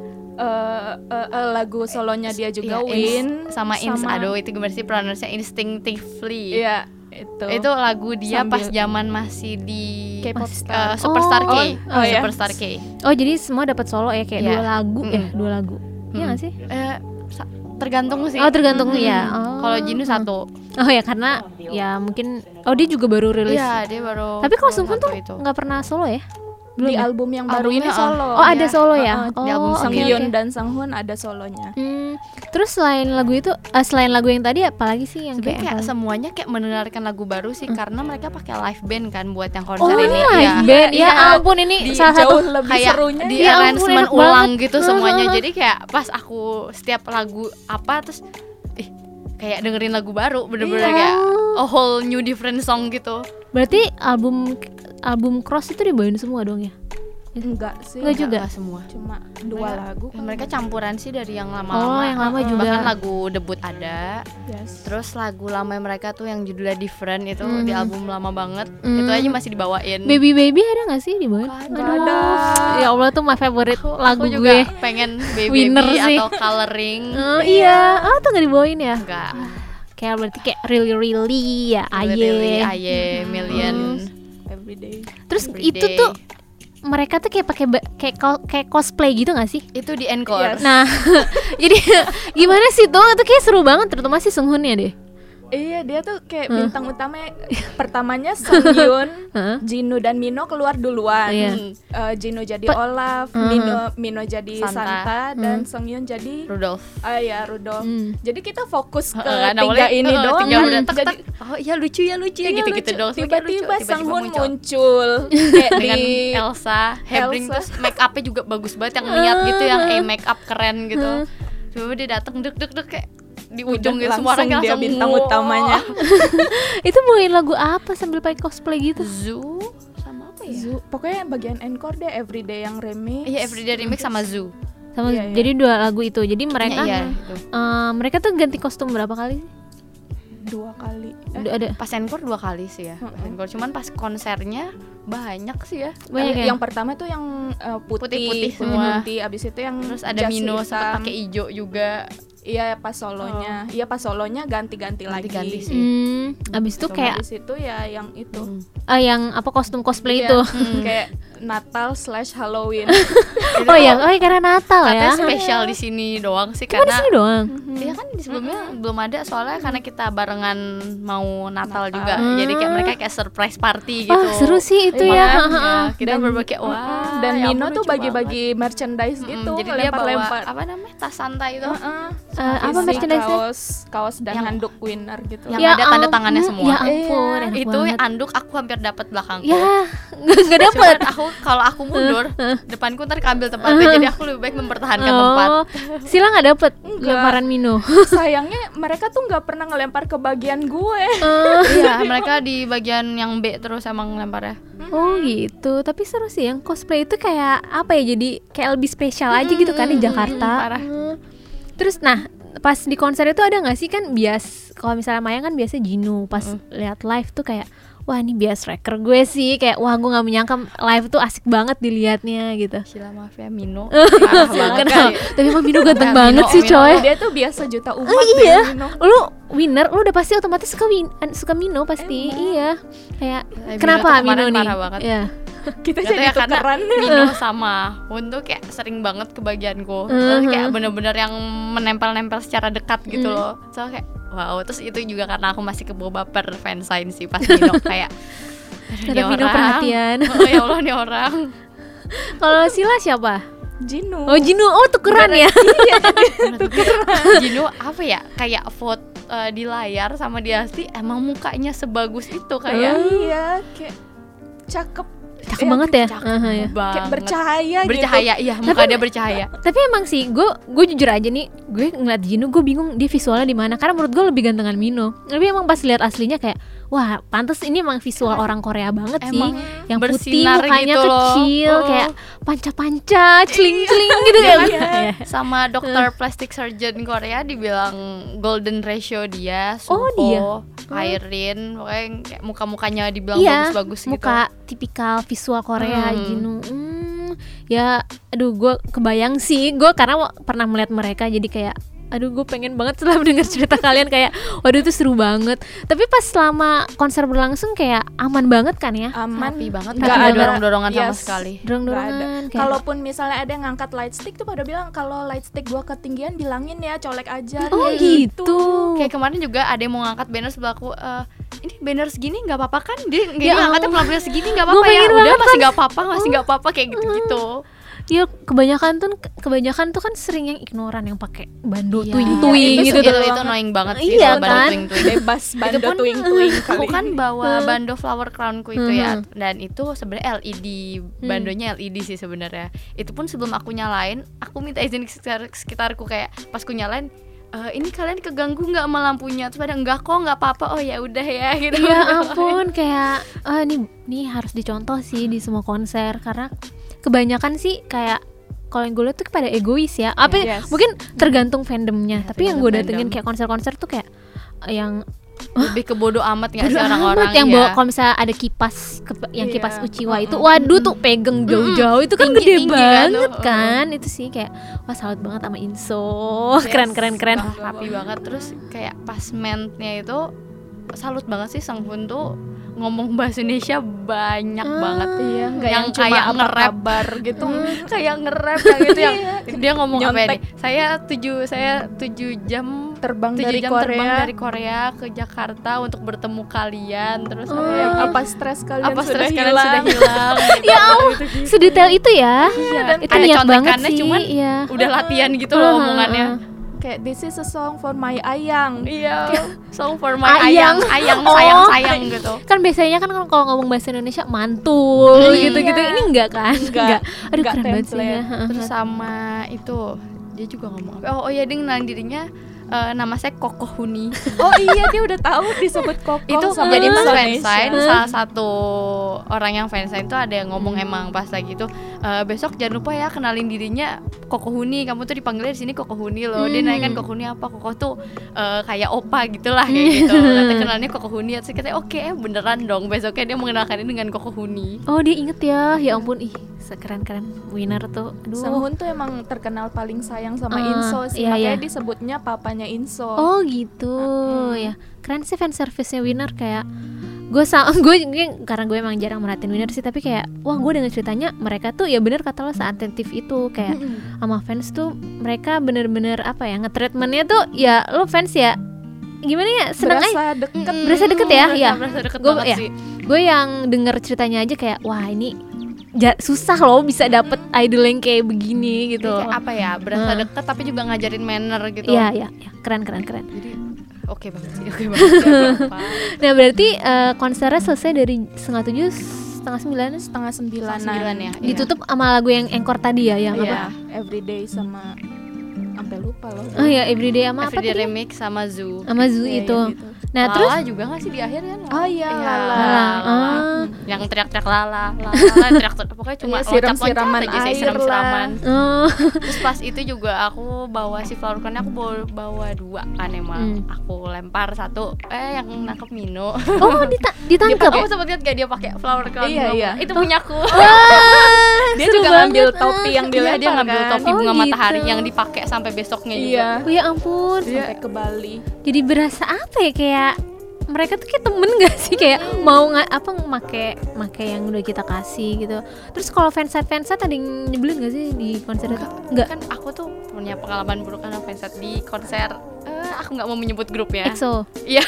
Eh, eh, eh, lagu solonya dia juga Iya, Win Ins- sama Ins, aduh itu gimana sih pronounce-nya, Instinctively. Iya, itu. Itu lagu dia Sambil- pas zaman masih di K-pop pas- star. eh, Superstar Oh, K. oh, oh ya. Superstar K. Oh, jadi semua dapat solo ya kayak Iya. dua lagu ya, Mm-mm. dua lagu. Iya nggak sih? Eh, sa- tergantung sih. Oh, tergantung Mm-mm. ya. Oh. Kalau Jinu satu. Oh ya karena ya mungkin oh dia juga baru rilis. Iya, dia baru. Tapi kalau baru Seunghoon satu tuh itu. nggak pernah solo ya? di ya? album yang baru Albumnya, ini ah. solo. Oh, ada Iya. solo ya? Uh-uh. Oh, Di album oke, Seunghyun oke. dan Seunghoon ada solonya. Hmm, terus selain lagu itu, eh, selain lagu yang tadi apa lagi sih yang Sebenarnya kayak, kayak yang semuanya kayak mendengarkan lagu baru sih, karena mereka pakai live band kan buat yang paling- konser Oh, ini. ini live Iya. band. Ya Iya. ampun ini Di salah satu jauh lebih Kayak serunya. di Ya ampun, arrangement enak ulang banget. gitu semuanya. Hahaha. Jadi kayak pas aku setiap lagu apa terus ih kayak dengerin lagu baru, bener-bener Iya. kayak a whole new different song gitu. berarti album album Cross itu dibawain semua dong ya? Enggak sih. Enggak juga. Nggak semua. Cuma dua Mereka- lagu. Ya, mereka campuran sih dari yang Oh, lama-lama. yang lama juga. Bahkan lagu debut ada. Yes. Terus lagu lama mereka tuh yang judulnya Different itu Hmm. di album lama banget. Hmm. Itu aja masih dibawain. Baby Baby ada nggak sih di bawah? Nggak Aduh, ada. ya Allah tuh my favorite Aku, lagu aku juga gue. pengen Baby Winner Baby sih. atau Coloring. Oh iya, oh tuh nggak dibawain ya? Enggak. Kayak berarti kayak really really ya, Really, aye. Aye, Million. Everyday. Terus Everyday. itu tuh mereka tuh kayak pakai ba- kayak ko- kayak cosplay gitu nggak sih? Itu di encore. Yes. Nah, jadi gimana sih tuh? Itu kayak seru banget, terutama si Sunghun-nya deh. Iya, dia tuh kayak Huh? bintang utama. Pertamanya Songyun, Heeh. Jinu dan Mino keluar duluan. Iya. Hmm. Eh, Jinu jadi Pe- Olaf, Uh-huh. Mino Mino jadi Santa. Santa, dan Songyun jadi Rudolf. ah ya Rudolf. Hmm. Jadi kita fokus ke Heeh, tiga awalnya, ini heeh, doang tiga kan. udah tek, Jadi tek. Oh iya lucu ya lucu ya iya, gitu-gitu lucu. dong. Semakin lucu, Tiba-tiba Sanghun muncul. muncul kayak Dengan di Elsa, Hebring, Elsa. terus make upnya juga bagus banget yang niat gitu, yang eh make up keren gitu. Coba dia datang dek dek dek kayak di ujung gitu, semua orang langsung dia langsung bintang wow. utamanya. Itu bawain lagu apa sambil pakai cosplay gitu? Zoo sama apa ya? Zoo. Pokoknya bagian encore deh Everyday yang remix. Iya Everyday Remix sama Zoo. Sama Iya, iya. jadi dua lagu itu. Jadi mereka Iya, itu. eh, mereka tuh ganti kostum berapa kali sih? Dua kali. Eh, Udah ada Pas encore dua kali sih ya. Pas Heeh. encore cuman pas konsernya banyak sih ya. banyak ya? yang pertama tuh yang uh, putih, Putih-putih semua. putih. Abis itu yang Terus ada jas Mino hitam. sempat pakai hijau juga. Iya pas solonya, iya pas solonya ganti-ganti lagi. Ganti-ganti sih. Hmm, abis itu Cuma kayak Abis itu ya yang itu. Hmm. ah, yang apa kostum cosplay Iya, itu. kayak Natal slash Halloween. Oh ya, oh ya karena Natal Katanya ya. spesial di sini doang sih Cuma di karena sini doang. Iya kan di sebelumnya belum ada soalnya karena kita barengan mau Natal, Natal. juga. Hmm. Jadi kayak mereka kayak surprise party gitu. Oh, seru sih itu Iya, ya. ya. Kita Dan- berbagai wah. Dan ya Mino ampun, tuh lucu bagi-bagi banget. merchandise Mm-mm, gitu, jadi dia bawa lempar-lempar. apa namanya tas santai itu Heeh. Eh, apa Isi merchandise-nya? kaos, kaos dan Yang- handuk winner gitu. yang Ya ada tanda ampun, tangannya semua. Ya ampun, Iya, enak Itu banget. anduk aku hampir dapat belakangku. Ya, nggak dapet. Cuman aku kalau aku mundur, depanku ntar keambil tempatnya. Jadi aku lebih baik mempertahankan tempat. Oh, Sila nggak dapet Enggak. lemparan Mino. Sayangnya mereka tuh nggak pernah ngelempar ke bagian gue. Eh, Iya, mereka di bagian yang B terus emang lemparnya. oh gitu, tapi seru sih yang cosplay itu kayak apa ya? Jadi kayak lebih spesial aja gitu kan di Mm, Jakarta. parah. Hmm. Terus nah pas di konser itu ada nggak sih kan bias kalau misalnya Maya kan biasa Jinu pas lihat live tuh kayak wah ini bias reker gue sih kayak wah gue nggak menyangka live tuh asik banget dilihatnya gitu. Sheila maaf ya Mino. Parah banget Kenapa? kali. Tapi emang Mino ganteng Ya, banget Mino, sih Mino. coy. Dia tuh biasa juta umat Oh, deh, iya, Mino. lu winner, lu udah pasti otomatis suka win, suka Mino pasti, iya. Kayak Mino kenapa tuh Mino kemarin nih? parah banget. Ya. Kita Gak tau jadi ya karena tukeran. Mino sama Hun tuh kayak sering banget ke bagianku. Terus kayak bener-bener yang menempel-nempel secara dekat gitu loh. So kayak wow, terus itu juga karena aku masih kebawa baper fansign sih pas Mino kayak aduh, Ternyata nih Mino orang. perhatian. Oh ya Allah nih orang. Kalau Sila siapa? Jinu. Oh Jinu, oh tukeran ya. Jinu apa ya? Kayak foto eh, di layar sama di asli emang mukanya sebagus itu kayak Iya, kayak cakep. Cakep Eh, banget ya. cakep Aha, ya. banget. Kayak bercahaya, Bercahaya, iya muka dia bercahaya. Tapi emang sih, gue gue jujur aja nih, gue ngeliat Jinu, gue bingung dia visualnya di mana. Karena menurut gue lebih gantengan Mino. Tapi emang pas lihat aslinya kayak, wah, pantes ini emang visual orang Korea banget sih. Emang Yang putih, bersinar mukanya gitu loh. kecil, Oh. kayak panca-panca, celing-celing gitu kan. Iya. Iya. Sama dokter plastic surgeon Korea dibilang golden ratio dia, Oh, Suho, dia. Kairin, pokoknya kayak muka-mukanya dibilang Iya, bagus-bagus gitu. muka tipikal visual Korea Hmm. Jinu. Hmm, ya, aduh, gue kebayang sih, gue karena wa- pernah melihat mereka, jadi kayak, aduh, gue pengen banget setelah mendengar cerita kalian kayak, waduh itu seru banget. Tapi pas selama konser berlangsung kayak aman banget kan ya? Aman. Happy banget, Nggak nggak ada ada. dorong-dorongan sama Yes. sekali. Dorong-dorongan. Nggak ada. kayak- Kalaupun misalnya ada yang ngangkat light stick tuh pada bilang kalau light stick gua ketinggian bilangin ya, colek aja. Oh Kayak gitu. Kayak kemarin juga ada yang mau ngangkat banner sebelahku, eh ini banner segini nggak apa-apa kan? Dia Ya dia ngangkatnya ampun. pelan segini nggak Gua apa-apa ya. pengen Udah banget masih nggak apa-apa, masih nggak apa-apa kayak gitu-gitu. Ya kebanyakan tuh kebanyakan tuh kan sering yang ignoran yang pakai bando Iya. tuing-tuing Itu gitu itu, tuh. itu, itu annoying banget sih Iya, kalau bando kan? tuing-tuing. bebas bando pun, tuing-tuing Aku kali. kan bawa bando flower crownku itu ya, Mhm. dan itu sebenarnya L E D, bandonya L E D sih sebenarnya. Itu pun sebelum aku nyalain, aku minta izin ke sekitar, sekitarku kayak pas ku nyalain, "Eh, ini kalian keganggu nggak sama lampunya?" Terus pada enggak kok, nggak apa-apa. Oh ya udah ya gitu. Ya ampun, kayak ah, nih nih harus dicontoh sih di semua konser karena kebanyakan sih kayak kalau yang gue lihat tuh pada egois ya. Apa Yes. mungkin tergantung fandomnya. Ya, tapi yang gue tergantung datengin fandom. kayak konser-konser tuh kayak yang Lebih ke bodo amat nggak sih bodo orang-orang amat yang ya. bawa kalau misalnya ada kipas ke- yang Iya. kipas Uchiwa itu, Mm-mm. waduh tuh pegang jauh-jauh itu kan Tinggi- gede tinggi kan banget tuh. kan. Itu sih kayak wah salut banget sama Inso. Keren keren keren. Wah, rapi banget. Terus kayak pas mentnya itu salut banget sih Sanghun tuh ngomong bahasa Indonesia banyak Ah. banget. Iya, nggak Yang yang, cuma kayak apa nge-rap. kabar gitu. Kayak nge-rap yang itu yang dia ngomong apa ya Nyontek. nih? Saya tujuh saya tujuh jam Terbang tujuh dari jam Korea. terbang dari Korea ke Jakarta untuk bertemu kalian. Terus Oh. apa ya? Apa stres kalian Apa sudah stres kalian hilang? sudah hilang? Ya Allah, sedetail itu ya. Iya, dan Itu ada niat banget contekannya sih. cuman Iya. udah latihan gitu loh Uh-huh. omongannya. Kayak this is a song for my ayang. Iya, song for my Ayang. ayang, ayang, Oh. sayang, sayang gitu. Kan biasanya kan kalau ngomong bahasa Indonesia mantul Iya. gitu-gitu. Ini enggak kan? Enggak. Aduh Enggak keren banget sih ya. template. Terus sama itu dia juga ngomong apa? Oh, oh ya dia ngenalin dirinya eh, nama saya Koko Huni. Oh iya, dia udah tahu disebut Koko Itu sama jadi pas Indonesia. fansign salah satu orang yang fansign itu ada yang ngomong emang pas lagi itu "Eh, besok jangan lupa ya kenalin dirinya Koko Huni, kamu tuh dipanggilnya di sini Koko Huni loh." Dia nanya kan Koko Huni apa? Koko tuh eh, kayak opa gitulah kayak gitu. Nanti kenalnya Koko Huni. Terus katanya oke eh, beneran dong besoknya dia mengenalkan ini dengan Koko Huni. Oh dia inget ya, ya ampun ih sekeren-keren Winner tuh. Aduh. Sanghun tuh emang terkenal paling sayang sama Ah, Inso sih, iya, makanya iya. disebutnya papanya Inso. Oh gitu ya. Keren sih fan service-nya Winner kayak gue sama gue karena gue emang jarang merhatiin Winner sih, tapi kayak wah gue dengar ceritanya mereka tuh ya bener kata lo seatentif itu kayak sama fans tuh mereka bener-bener apa ya nge-treatmentnya tuh ya lo fans ya gimana ya seneng aja. Berasa deket. Mm-mm. Berasa deket ya? Berasa- Iya. Berasa deket Gua- banget ya. sih. Gue yang denger ceritanya aja kayak wah ini ja- susah loh bisa dapet idol yang kayak begini gitu. Kayak apa ya? Berasa Hmm. deket tapi juga ngajarin manner gitu. Iya iya ya. keren keren keren. Jadi oke banget sih, oke banget. Siapa? Nah berarti eh, konsernya selesai dari setengah tujuh setengah sembilan Setengah sembilanan. Sembilan ya. ditutup sama lagu yang encore tadi ya yang Iya, apa? everyday sama sampai lupa loh. Oh ya Everyday sama apa Everyday tadi? Remix sama Zoo. Sama Zoo Iya, itu. iya, gitu. Nah Lala terus juga nggak sih di akhir kan? Oh iya, Iya, Lala. Lala. Ah. Yang teriak-teriak lala, lala, teriak-teriak pokoknya cuma Iya, siram-siraman loncat-loncat aja sih, air siram-siraman. oh, Terus pas itu juga aku bawa si flower crown aku bawa, bawa dua kan emang. Hmm. Aku lempar satu, eh yang nangkep Mino. oh dita- ditangkap. Kamu sempat lihat gak dia pakai flower crown? Iya, bunga? iya. Itu punyaku. Wah, Dia seru juga banget. ngambil topi yang Iya, dilempar dia ngambil kan. topi Oh, bunga gitu. matahari yang dipakai sampai besoknya juga. Iya. Oh ya ampun. Sampai ke Bali. Jadi berasa apa ya kayak mereka tuh kayak temen gak sih kayak mau nggak apa make make yang udah kita kasih gitu. Terus kalau fansite fansite ada yang nyebelin gak sih di konser itu? Enggak. Kan aku tuh punya pengalaman buruk karena fansite di konser. Eh, aku nggak mau menyebut grup ya. EXO. Iya.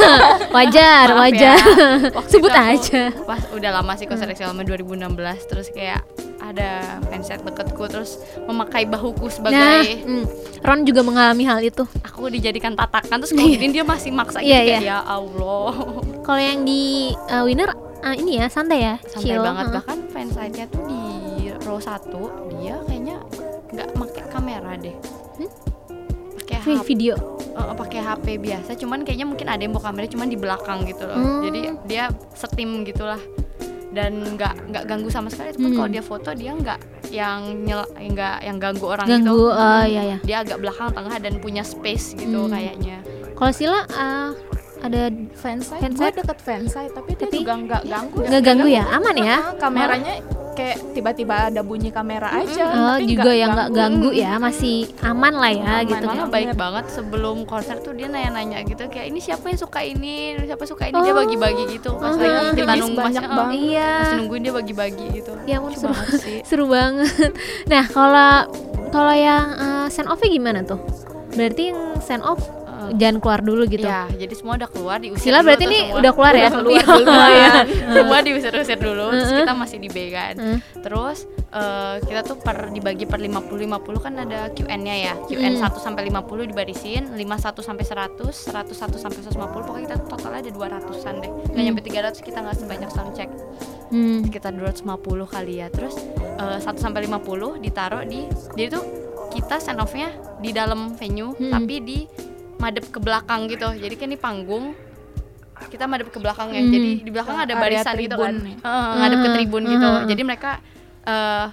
Wajar, Maaf wajar. ya. Waktu Sebut itu aku aja. Pas udah lama sih konser EXO lama dua ribu enam belas terus kayak ada fansite deketku terus memakai bahuku Nah, sebagai mm, Ron juga mengalami hal itu. aku dijadikan tatakan terus kemudian dia masih maksa gitu Iya, kayak iya. ya Allah. Kalau yang di uh, Winner uh, ini ya santai ya, Santai chill. banget Heeh. bahkan fansite-nya tuh di row satu dia kayaknya nggak pakai kamera deh. Hmm? Pakai Vi- H P. video. Uh, pakai H P biasa, cuman kayaknya mungkin ada yang bawa kamera cuman di belakang gitu loh. Hmm. Jadi dia setim gitulah dan nggak nggak ganggu sama sekali. Tapi Hmm. kalau dia foto dia nggak yang nyel nggak yang ganggu orang Ganggu, gitu. oh, iya, iya. Dia agak belakang tengah dan punya space gitu Hmm. kayaknya. Kalau Sila uh, ada Fansite, Fansite? gue deket fansite tapi dia Tapi juga nggak ganggu. nggak ganggu ya, aman ya? Ah, kameranya kayak tiba-tiba ada bunyi kamera aja. Oh tapi juga yang nggak ganggu Mm. ya, masih aman lah ya Aman. gitu. Malah banget. baik banget sebelum konser tuh dia nanya-nanya gitu kayak ini siapa yang suka ini, siapa suka ini, dia Oh. bagi-bagi gitu. Pas Oh, lagi kita habis nunggu banyak masih, oh, banget. Iya. masih nungguin dia bagi-bagi gitu. Ya ampun, Lucu seru. banget sih. Seru banget. Nah kalau kalau yang uh, send off-nya gimana tuh? Berarti yang send off Uh, jangan keluar dulu gitu. Ya, jadi semua udah keluar diusir. Sila dulu berarti tuh ini semua. udah keluar ya? Keluar Iya. duluan. Semua diusir-usir dulu, terus Heeh. kita masih di B kan. Heeh. Terus eh, kita tuh per dibagi per lima puluh lima puluh kan ada Q N-nya ya. Q N Hmm. satu sampai lima puluh dibarisin, lima puluh satu sampai seratus, seratus satu sampai seratus lima puluh. Pokoknya kita totalnya ada dua ratusan deh. Nggak Hmm. nyampe tiga ratus, kita nggak sebanyak sound check. Hmm. Sekitar dua ratus lima puluh kali ya. Terus eh, satu sampai lima puluh ditaruh di jadi tuh kita send off-nya di dalam venue Hmm. tapi di madep ke belakang gitu. Jadi kan di panggung kita madep ke belakangnya. Hmm. Jadi di belakang ada Area barisan gitu kan. tribun ya. Heeh, ngadep ke Ah, tribun gitu. ah. Jadi mereka eh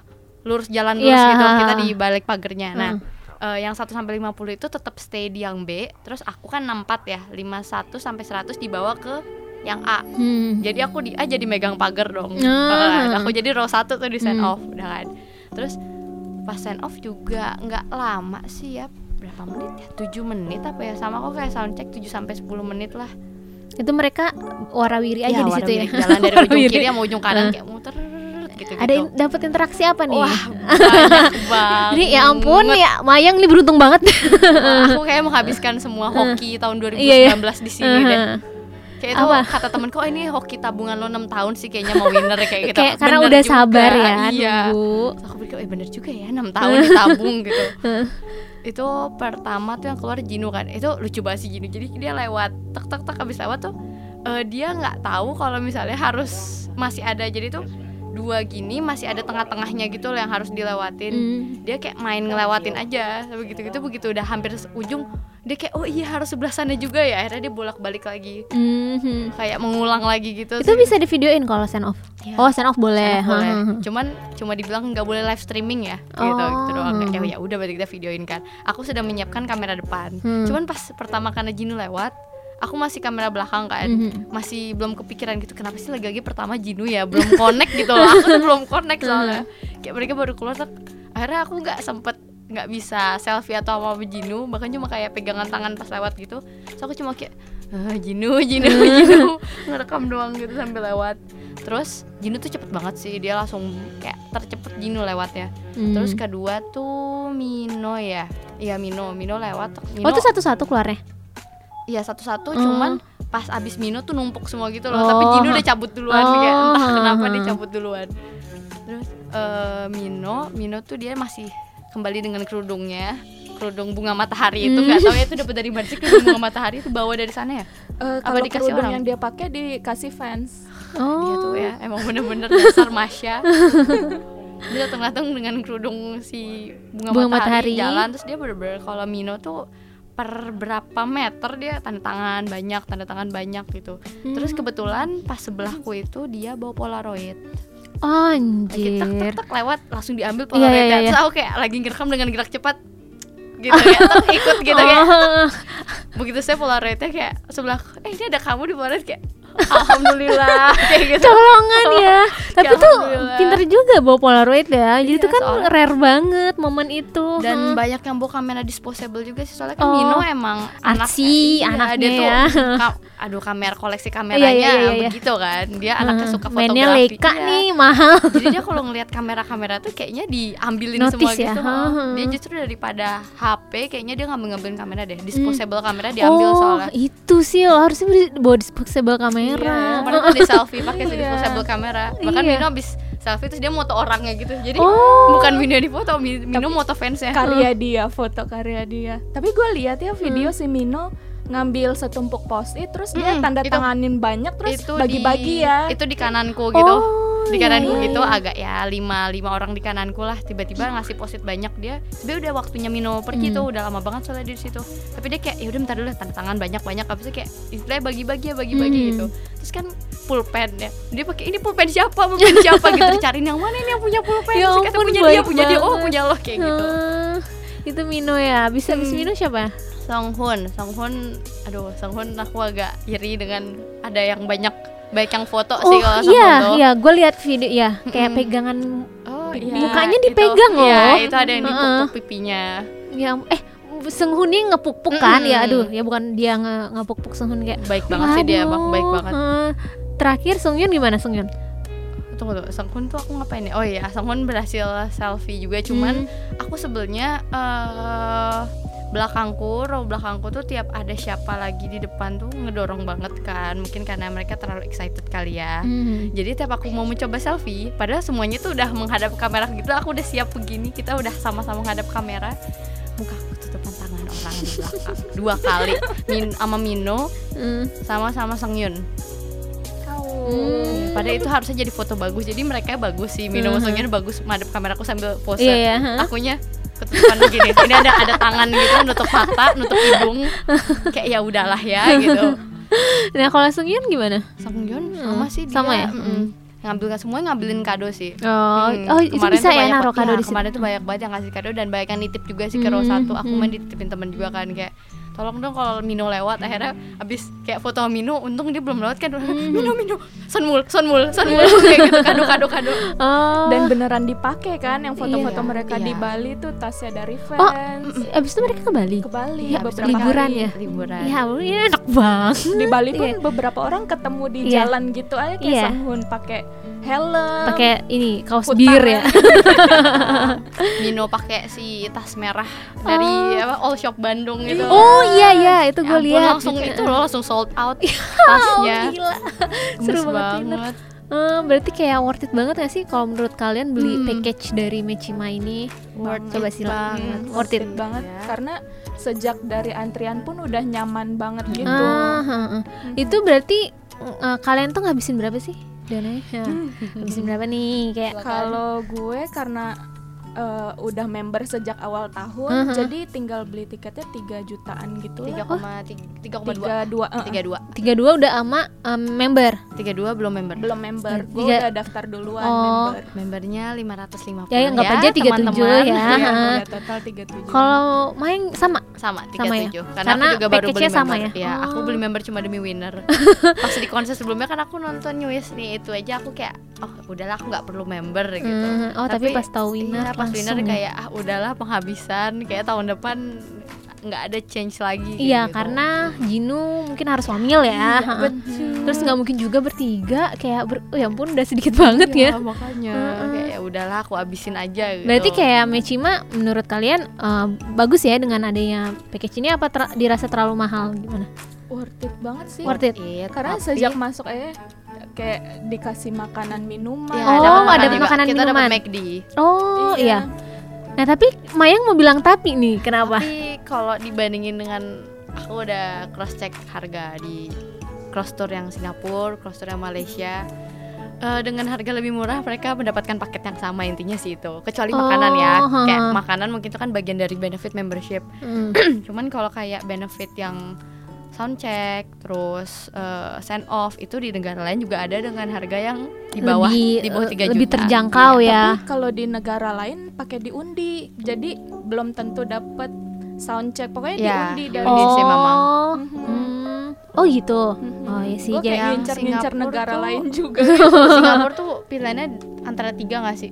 lurus jalan lurus Yeah. gitu, kita di balik pagernya. Nah, Hmm. uh, yang satu sampai lima puluh itu tetap stay di yang B, terus aku kan enam puluh empat ya, lima puluh satu sampai seratus dibawa ke yang A. Hmm. Jadi aku di A jadi megang pagar dong. Ah. Uh, aku jadi row satu tuh di send Hmm. off, udah kan. Terus pas send off juga nggak lama sih ya, berapa menit ya? tujuh menit apa ya? Sama kok kayak soundcheck tujuh sampai sepuluh menit lah. Itu mereka warawiri aja Ya, di situ ya. warawiri. Jalan dari ujung Warawiri. kiri sama ujung kanan Uh. kayak muter gitu. Ada in- dapat interaksi apa nih? Wah, banyak banget. Jadi ya ampun ya, Mayang nih beruntung banget. Wah, aku kayak menghabiskan semua hoki tahun dua ribu sembilan belas di sini deh. Kayak itu Apa? kata temenku, oh ini hoki tabungan lo enam tahun sih kayaknya mau winner kayak gitu. Kayak karena Bener udah juga, sabar ya iya. nunggu. Terus aku pikir, eh bener juga ya enam tahun ditabung gitu. Itu pertama tuh yang keluar Jinu kan, itu lucu banget sih Jinu. Jadi dia lewat tek tek tek abis lewat tuh eh, dia nggak tahu kalau misalnya harus masih ada, jadi tuh dua gini masih ada tengah-tengahnya gitu loh yang harus dilewatin. Hmm. Dia kayak main ngelewatin aja begitu gitu, begitu udah hampir ujung dia kayak oh iya harus sebelah sana juga ya, akhirnya dia bolak-balik lagi Mhm. kayak mengulang lagi gitu. Itu bisa divideoin kalau send off. Iya. Oh, send off boleh. Sana boleh. Hahaha. Cuman cuma dibilang nggak boleh live streaming ya, gitu Oh. gitu doang. Ya ya udah berarti kita videoin kan. Aku sudah menyiapkan kamera depan. Hmm. Cuman pas pertama karena Jinu lewat, aku masih kamera belakang kan, Mhm. masih belum kepikiran gitu. Kenapa sih lagi-lagi pertama Jinu ya belum connect gitu loh. Aku tuh belum connect soalnya. Kayak mereka baru keluar, tak, akhirnya aku nggak sempet nggak bisa selfie atau apa apa Jinu, bahkan cuma kayak pegangan tangan pas lewat gitu. So aku cuma kayak ah, Jinu, Jinu, Jinu ngerekam doang gitu sambil lewat. Terus Jinu tuh cepet banget sih, dia langsung kayak tercepet Jinu lewat ya. Hmm. Terus kedua tuh Mino ya, iya Mino, Mino lewat. Mino, Oh, itu satu-satu keluarnya. iya satu-satu, Oh. cuman pas abis Mino tuh numpuk semua gitu loh. Oh. Tapi Jinu udah cabut duluan, Oh. kayak entah kenapa dia cabut duluan. Terus eh, Mino, Mino tuh dia masih kembali dengan kerudungnya, kerudung bunga matahari itu, nggak tahu ya itu dapat dari mana sih kerudung bunga matahari itu, bawa dari sana ya? Eh, Apa kalau dikasih kerudung orang? yang dia pakai dikasih fans. Oh. Dia tuh ya emang bener-bener dasar Masya. Dia datang-datang dengan kerudung si bunga, Bunga matahari, matahari. jalan, terus dia bener-bener kalau Mino tuh per berapa meter dia tanda tangan banyak, tanda tangan banyak gitu. Terus kebetulan pas sebelahku itu dia bawa Polaroid. Lagi Anjir. tek tek tek lewat langsung diambil Iya, Polaroidnya. iya, iya. Terus aku kayak lagi ngerekam dengan gerak cepat gitu kayak tek, ikut gitu kayak. Oh. Begitu saya Polaroidnya kayak sebelah, eh ini ada kamu di Polaroid, kayak alhamdulillah kayak gitu. Colongan ya. Tapi Ya, tuh alhamdulillah. pinter juga bawa Polaroid ya. Jadi Iya, itu kan soalnya- rare banget momen itu. Dan Hmm. banyak yang bawa kamera disposable juga sih, soalnya kan Oh, Mino emang artsy iya, anaknya dia tuh ya. ka- aduh kamera koleksi kameranya Iya, iya, iya, iya. begitu kan, dia anaknya Hmm. suka fotografi. Mainnya Leica iya. nih mahal. Jadi dia kalau ngelihat kamera-kamera tuh kayaknya diambilin Notice semua ya, gitu. heeh. Dia justru daripada H P kayaknya dia ngambil-ngambilin kamera deh, disposable kamera diambil oh, soalnya. itu sih lo harusnya beli- bawa disposable kamera. Iya, kemarin tuh di selfie pakai Iya. disposable kamera. Bahkan Iya. Mino abis selfie terus dia moto orangnya gitu. Jadi Oh. bukan Mino yang difoto, Mi- Mino moto fansnya. Karya dia, foto karya dia. Tapi gue lihat ya video si Mino ngambil setumpuk post-it, terus dia Mm, tanda itu- tanganin banyak, terus itu bagi-bagi di, ya. Itu di kananku gitu. Oh, Di iya, kananku iya, gitu iya. agak ya lima lima orang di kananku lah, tiba-tiba ngasih post-it banyak. Dia sebenarnya udah waktunya Mino pergi Hmm. tuh, udah lama banget soalnya di situ. Tapi dia kayak ya udah bentar dulu tanda tangan banyak-banyak, habis itu kayak istilahnya bagi-bagi ya bagi-bagi Hmm. gitu. Terus kan pulpen ya. Dia pakai ini pulpen siapa? Pulpen siapa gitu, dicariin yang mana ini yang punya pulpen. Ya Terus kata ampun, punya dia, baik punya dia. Oh, banget. punya lo kayak gitu. Ah, itu Mino ya. Bisa bisa Hmm. Mino siapa? Songhun, Songhun, aduh Songhun aku agak iri dengan ada yang banyak baik yang foto sih kalau Oh Songhun iya, tuh. iya, gue lihat video ya, kayak Mm-mm. pegangan. Oh Pi- iya, mukanya itu- dipegang loh. Iya, itu ada yang Heeh. dipupuk pipinya. Ya, eh Senghun ini ngepuk-puk kan? Mm-mm. Ya, aduh, ya bukan dia nge ngepuk-puk Senghun kayak. Baik banget sih dia, bang, baik Aduh, banget. eh, terakhir Songyun gimana Songyun? Tunggu tuh, Songhun tuh aku ngapain ya? Oh iya, Songhun berhasil selfie juga, cuman aku sebelnya eh belakangku, row belakangku tuh tiap ada siapa lagi di depan tuh ngedorong banget kan. Mungkin karena mereka terlalu excited kali ya. Hmm. Jadi tiap aku mau mencoba selfie, padahal semuanya tuh udah menghadap kamera gitu, aku udah siap begini, kita udah sama-sama menghadap kamera, muka aku tutupan tangan orang di belakang dua kali, Min sama Mino, Hmm. sama sama Songyun. Hmm. Padahal itu harusnya jadi foto bagus, jadi mereka bagus sih, Mino sama Mhm. Songyun bagus menghadap kameraku sambil pose. Iya, iya, hah? Akunya ketutupan begini, ini ada ada tangan gitu, nutup mata, nutup hidung, kayak ya udahlah ya gitu. Nah kalau Songyun gimana? Songyun Hmm, sama sih dia, sama ya? mm-mm. ngambil semua ngambilin kado sih. Oh, Hmm, oh itu kemarin bisa tuh ya banyak naruh ba- kado iya, di situ. kemarin tuh banyak banget yang ngasih kado dan banyak yang nitip juga sih ke row Hmm, satu. Aku hmm. main dititipin temen juga kan kayak tolong dong kalau Mino lewat, akhirnya abis kayak foto sama Mino, untung dia belum lewat kan. Mino Mino Sunmul Sunmul Sunmul kayak gitu, kado kado kado. Oh. Dan beneran dipakai kan yang foto-foto Iya, mereka iya. di Bali tuh tasnya dari Oh, Vans. abis itu mereka ke Bali. Ke Bali Ya, beberapa liburan hari. ya. Liburan. Ya, ini enak banget. Di Bali pun Iya. beberapa orang ketemu di Iya. jalan gitu aja kayak Iya. Sunhoon pakai helm, Pakai ini kaos Hutan. bir ya. Mino pakai si tas merah dari apa All Shop Bandung gitu. Oh iya iya, itu Ya gue ampun, lihat. langsung itu loh langsung sold out Oh, tasnya. gila. Gemes Seru banget, Winner. banget. Eh, berarti kayak worth it banget gak sih kalau menurut kalian beli Hmm. package dari Mechima ini? Worth Coba it silakan. banget. Hmm, Worth it. banget Ya. karena sejak dari antrian pun udah nyaman banget gitu. Ah, ah, ah. Itu berarti eh, kalian tuh ngabisin berapa sih dananya? Ya. Ngabisin berapa nih kayak Kalau gue karena eh, udah member sejak awal tahun, Uh-huh. jadi tinggal beli tiketnya tiga jutaan gitu tiga lah. koma tiga koma dua tiga dua eh, tiga dua tiga puluh dua udah ama em, member. tiga dua belum member. belum member. Gue Tiga- udah daftar duluan Oh. member. Membernya lima ratus lima puluh. Ya, anggap aja tiga puluh tujuh teman-teman. ya. Iya, Ha. udah total tiga puluh tujuh. Kalau main sama. Sama tiga Sama puluh ya? tujuh. Karena, Karena aku juga baru beli package-nya sama member. ya? aku Oh. beli member cuma demi winner. Pas di konser sebelumnya kan aku nonton News nih, itu aja aku kayak oh udahlah aku nggak perlu member gitu. Hmm, oh tapi, pas tahu winner iya, pas langsung winner ya? kayak ah udahlah penghabisan, kayak tahun depan nggak ada change lagi. Iya, gitu. karena Jinu mungkin harus wamil ya. Ha-ha. betul. Terus nggak mungkin juga bertiga kayak ber oh ya ampun udah sedikit banget Iya, ya. makanya Mm-mm. kayak ya udahlah aku habisin aja gitu. Berarti kayak Mechima menurut kalian eh, bagus ya dengan adanya package ini apa ter- dirasa terlalu mahal gimana? Worth it banget sih. Worth it. Iya, Karena tapi- sejak masuk eh kayak dikasih makanan minuman. Ya, Oh, dapat ada makan juga. makanan kita minuman. dapat McD. Oh iya. Nah tapi Mayang mau bilang tapi nih kenapa? Tapi kalau dibandingin dengan aku udah cross check harga di cross tour yang Singapura, cross tour yang Malaysia, eh, dengan harga lebih murah mereka mendapatkan paket yang sama, intinya sih itu. Kecuali Oh, makanan ya, ha-ha. kayak makanan mungkin itu kan bagian dari benefit membership. Hmm. Cuman kalau kayak benefit yang sound check, terus eh, send off itu di negara lain juga ada dengan harga yang di bawah Lebih, di bawah eh, tiga lebih juta. terjangkau Iya. ya. Tapi kalau di negara lain pakai diundi, jadi belum tentu dapat sound check. Pokoknya Iya, diundi dari diundi sih memang. Oh, Mhm. hmm. oh gitu. Mhm. Oh iya sih. Gue kayak Jadi ngincer-ngincer Singapura negara tuh- lain juga. Singapura tuh pilihannya antara tiga nggak sih?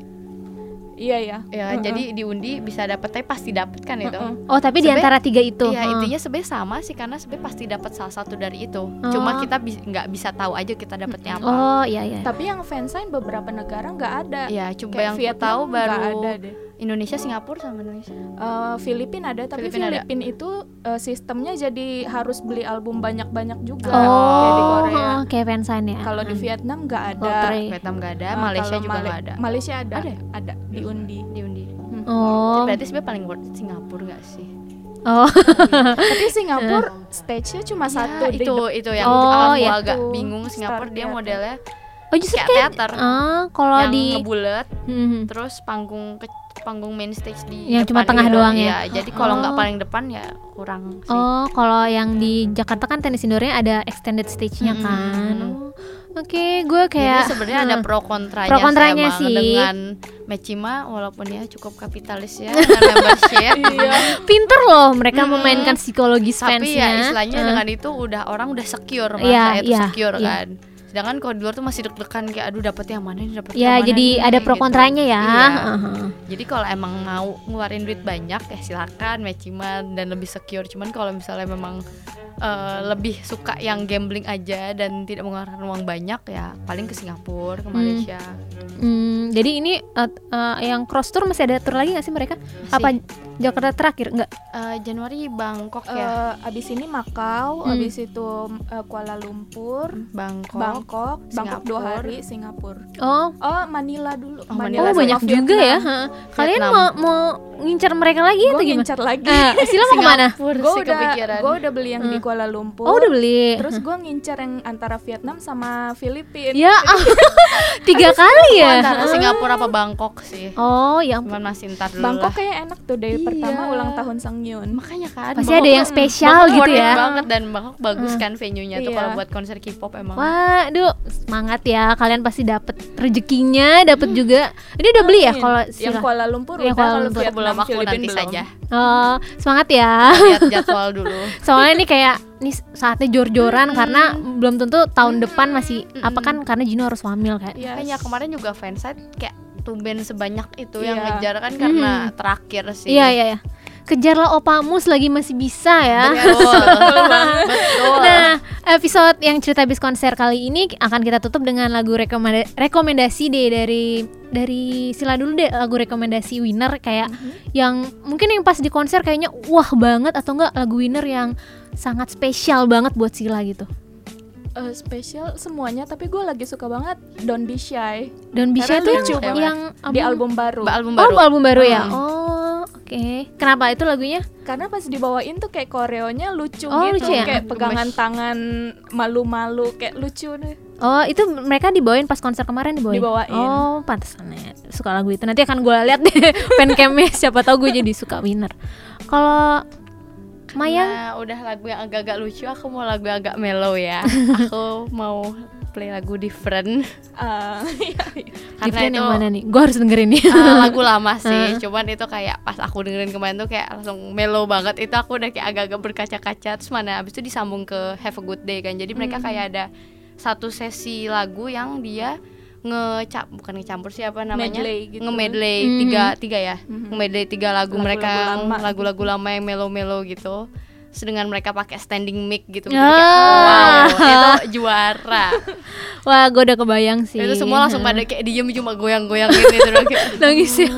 Iya ya. Ya, Heeh. jadi diundi bisa dapet, tapi pasti dapet kan itu. Heeh. oh tapi di Sebe- antara tiga itu. Iya, Oh. intinya sebenarnya sama sih karena sebenarnya pasti dapat salah satu dari itu. Cuma kita bis- nggak bisa tahu aja kita dapetnya apa. Oh iya iya. Tapi yang fansign beberapa negara nggak ada. Iya, coba Kayak yang ku Vietnam tahu nggak baru ada deh. Indonesia, Singapura sama Indonesia. Eh, Filipina ada, tapi Filipina ada. Filipina itu eh, sistemnya jadi harus beli album banyak-banyak juga Oh, kayak di Korea. oh, kayak fansign ya. Kalau di Vietnam nggak ada. Lotre. Vietnam nggak ada, Eh, Malaysia kalau juga Male- nggak ada. Malaysia ada. Ada ya? Ada diundi. Diundi. Oh. Berarti sebenarnya paling worth it Singapura nggak sih? Oh. Tapi Singapura stage-nya cuma satu Ya, di itu dep- itu yang Oh, aku iya. agak Tuh, bingung. Singapura Star dia Theater. modelnya Oh justru kayak kayak teater. ah kalau yang di ngebulet, Hmm. terus panggung ke panggung main stage di Yang cuma depan tengah gitu. doang ya? Iya, jadi kalau nggak Oh. paling depan ya kurang sih. Oh, kalau yang di Jakarta kan tenis indoornya ada extended stage-nya Mm-mm. kan. Oh, Oke, gue Jadi kayak sebenarnya ada hmm. pro kontranya, Pro kontranya sih, emang. sih. Dengan Mechima walaupun ya cukup kapitalis ya dengan membership. pinter loh mereka Mm-mm. memainkan psikologis Tapi ya fansnya. istilahnya Eh. dengan itu udah orang udah secure, masa Iya, itu iya, secure iya. kan. Sedangkan kalau di luar tuh masih deg-degan kayak aduh dapet yang mana nih, dapet Ya, yang mana jadi nih, ada pro gitu. kontranya ya. Iya. Heeh. Jadi kalau emang mau ngeluarin duit banyak ya silakan Mechima dan lebih secure. Cuman kalau misalnya memang eh, lebih suka yang gambling aja dan tidak mengeluarkan uang banyak ya paling ke Singapura, ke Malaysia. Hmm, jadi ini eh, eh, yang cross tour masih ada tour lagi nggak sih mereka? Apa Jakarta terakhir enggak? Eh, Januari Bangkok Eh, ya. abis ini Makau, Hmm. abis itu eh, Kuala Lumpur, Bangkok. Bangkok, Bangkok dua Singapura. hari, Singapura. Oh, Oh, Manila dulu. Oh, oh Manila sama banyak juga ya. Vietnam. Heeh. Kalian Vietnam. mau mau ngincar mereka lagi atau Gue gimana? ngincar lagi. Eh, Sila mau kemana? Singapura Gue sih udah, kepikiran. gue udah beli yang di Hmm. Kuala Lumpur. Oh udah beli. Terus gue ngincar yang antara Vietnam sama Filipina. Ya, tiga kali ya. Antara Singapura apa Bangkok sih. Oh, yang Cuman masih ntar dulu Bangkok lah. kayak enak tuh daripada pertama ulang tahun Sangyun. Makanya kan pasti ada yang spesial Bangkok gitu worth it ya. banget, dan Bangkok bagus kan venue-nya tuh Iya. kalau buat konser K-pop emang. Waduh, semangat ya. Kalian pasti dapet rezekinya, dapet juga. Ini udah beli ya Amin. kalau yang Sila? Kuala Lumpur Yang udah, Kuala kalau Lumpur. Vietnam, Belum, aku Filipina nanti belum. saja. Oh, semangat ya. Lihat jadwal dulu. Soalnya ini kayak nih saatnya jor-joran karena belum tentu tahun depan masih apa kan, karena Jino harus hamil kayak. Yes. Makanya kemarin juga fansite kayak tumben sebanyak itu yang Iya. ngejar kan karena terakhir sih. Iya iya iya. Kejarlah opamus lagi masih bisa ya. Betul. Betul. Nah, episode yang cerita bis konser kali ini akan kita tutup dengan lagu rekomenda- rekomendasi deh dari dari Sila dulu deh, lagu rekomendasi winner kayak yang mungkin yang pas di konser kayaknya wah banget, atau enggak lagu winner yang sangat spesial banget buat Sila gitu. Eh, spesial semuanya, tapi gue lagi suka banget Don't Be Shy Don't Be Shy Karena tuh lucu yang, banget. yang di album baru. Ba- album Oh, baru. album baru ya. Hmm. Oh, oke. Kenapa itu lagunya? Karena pas dibawain tuh kayak koreonya lucu Oh, gitu, lucu ya? kayak pegangan Gemes. tangan malu-malu, kayak lucu deh. Oh, itu mereka dibawain pas konser kemarin dibawain. Dibawain. Oh, pantesan ya. Suka lagu itu. Nanti akan gue lihat deh fancamnya, siapa tahu gue jadi suka winner. Kalau Mayang, Nah, udah lagu yang agak-agak lucu, aku mau lagu yang agak mellow ya. Aku mau play lagu Different. Ah, iya, iya. Karena different itu yang mana nih? Gue harus dengerin nih. uh, lagu lama sih. Ah. Cuman itu kayak pas aku dengerin kemarin tuh kayak langsung mellow banget. Itu aku udah kayak agak-agak berkaca-kaca. Terus mana abis itu disambung ke Have a Good Day kan. Jadi mereka kayak ada satu sesi lagu yang dia ngecap bukan ngecampur sih apa namanya Medley gitu. nge-medley Mhm. tiga tiga ya Mhm. nge-medley tiga lagu Lagu-lagu mereka lama lagu-lagu lama yang melo-melo gitu. Sedangkan mereka pakai standing mic gitu. Jadi Ah. kayak, wow, itu juara. Wah, gue udah kebayang sih. Itu semua langsung pada kayak diem cuma goyang-goyang gitu terus kayak nangis ya.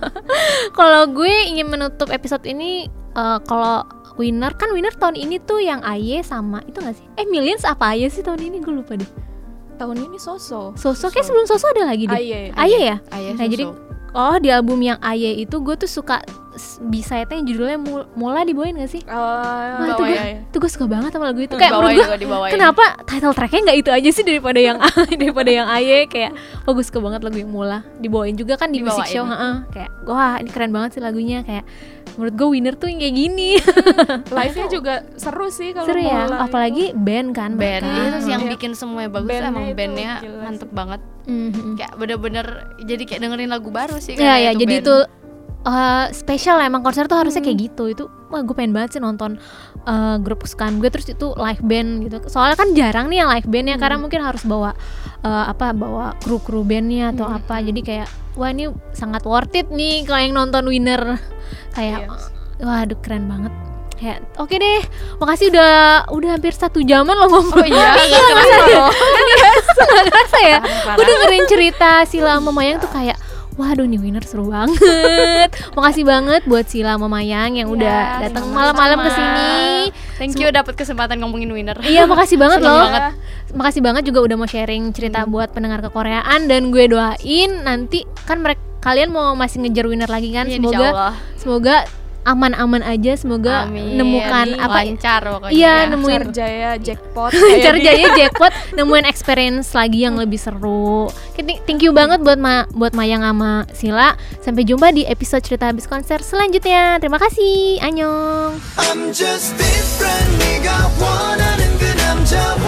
Kalau gue ingin menutup episode ini, eh, kalau winner kan winner tahun ini tuh yang Aye sama itu nggak sih? Eh, Millions apa Aye sih tahun ini? Gue lupa deh. Tahun ini Soso. Soso kayak sebelum Soso ada lagi deh. Aye. Aye ya? Ayah Nah, jadi oh di album yang Aye itu gue tuh suka s- B-side-nya yang judulnya Mul- Mola dibawain gak sih? Oh, Wah, itu bawa gue, ya, ya. itu gue suka banget sama lagu itu. Kayak menurut dibawain gue, juga dibawain. kenapa title tracknya nggak itu aja sih daripada yang daripada yang Aye. Kayak wah, gue suka banget lagu yang Mola. Dibawain juga kan di music Dibawain. show. Heeh. Kayak wah, ini keren banget sih lagunya. Kayak menurut gue winner tuh yang kayak gini. live-nya juga seru sih kalau Seru ya, Mola apalagi itu. band kan. band mereka. itu sih yang Iya. bikin semuanya bagus. Bandnya Emang itu bandnya gila mantep sih. banget. Mhm. Kayak bener-bener jadi kayak dengerin lagu baru sih. Ya karena ya, itu jadi band. itu uh, spesial emang konser tuh harusnya kayak gitu. Itu wah, gue pengen banget sih nonton uh, grup kesukaan gue, terus itu live band gitu. Soalnya kan jarang nih yang live bandnya, karena mungkin harus bawa uh, apa bawa kru kru bandnya atau apa. Jadi kayak wah, ini sangat worth it nih kalau yang nonton winner. Kayak Yes. waduh, keren banget. Kayak oke deh, makasih udah udah hampir satu jaman lo ngomong. Oh iya, iya, nggak kerasa loh. Nggak kerasa ya. Parah. Gue dengerin cerita Sila sama Mayang tuh kayak waduh, nih winner seru banget. Makasih banget buat Sila sama Mayang yang Ya, udah datang sama-sama. malam-malam ke sini. Thank you dapat kesempatan ngomongin winner. Iya, makasih banget Seneng loh. banget. Makasih banget juga udah mau sharing cerita buat pendengar kekoreaan, dan gue doain nanti kan mereka kalian mau masih ngejar winner lagi kan. Iya, Semoga insyaallah. semoga aman-aman aja, semoga Amin. nemukan Amin. apa lancar pokoknya. Iya, ya. nemuin Sarjaya jackpot. cari jaya jackpot, nemuin experience lagi yang lebih seru. Oke, thank- Thank you banget buat Ma, buat Mayang sama Sila. Sampai jumpa di episode cerita habis konser selanjutnya. Terima kasih. Annyeong. I'm just different 네가 원하는 그 남자와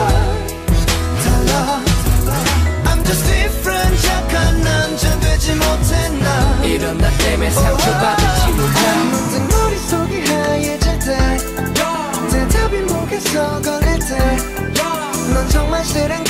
달라 I'm just different 착한 남자 되지 못해 나 이런 나 때문에 상처받을지 몰라 문득 머릿속이 하얘질 때 대답이 목에서 걸릴 때 넌 정말 싫은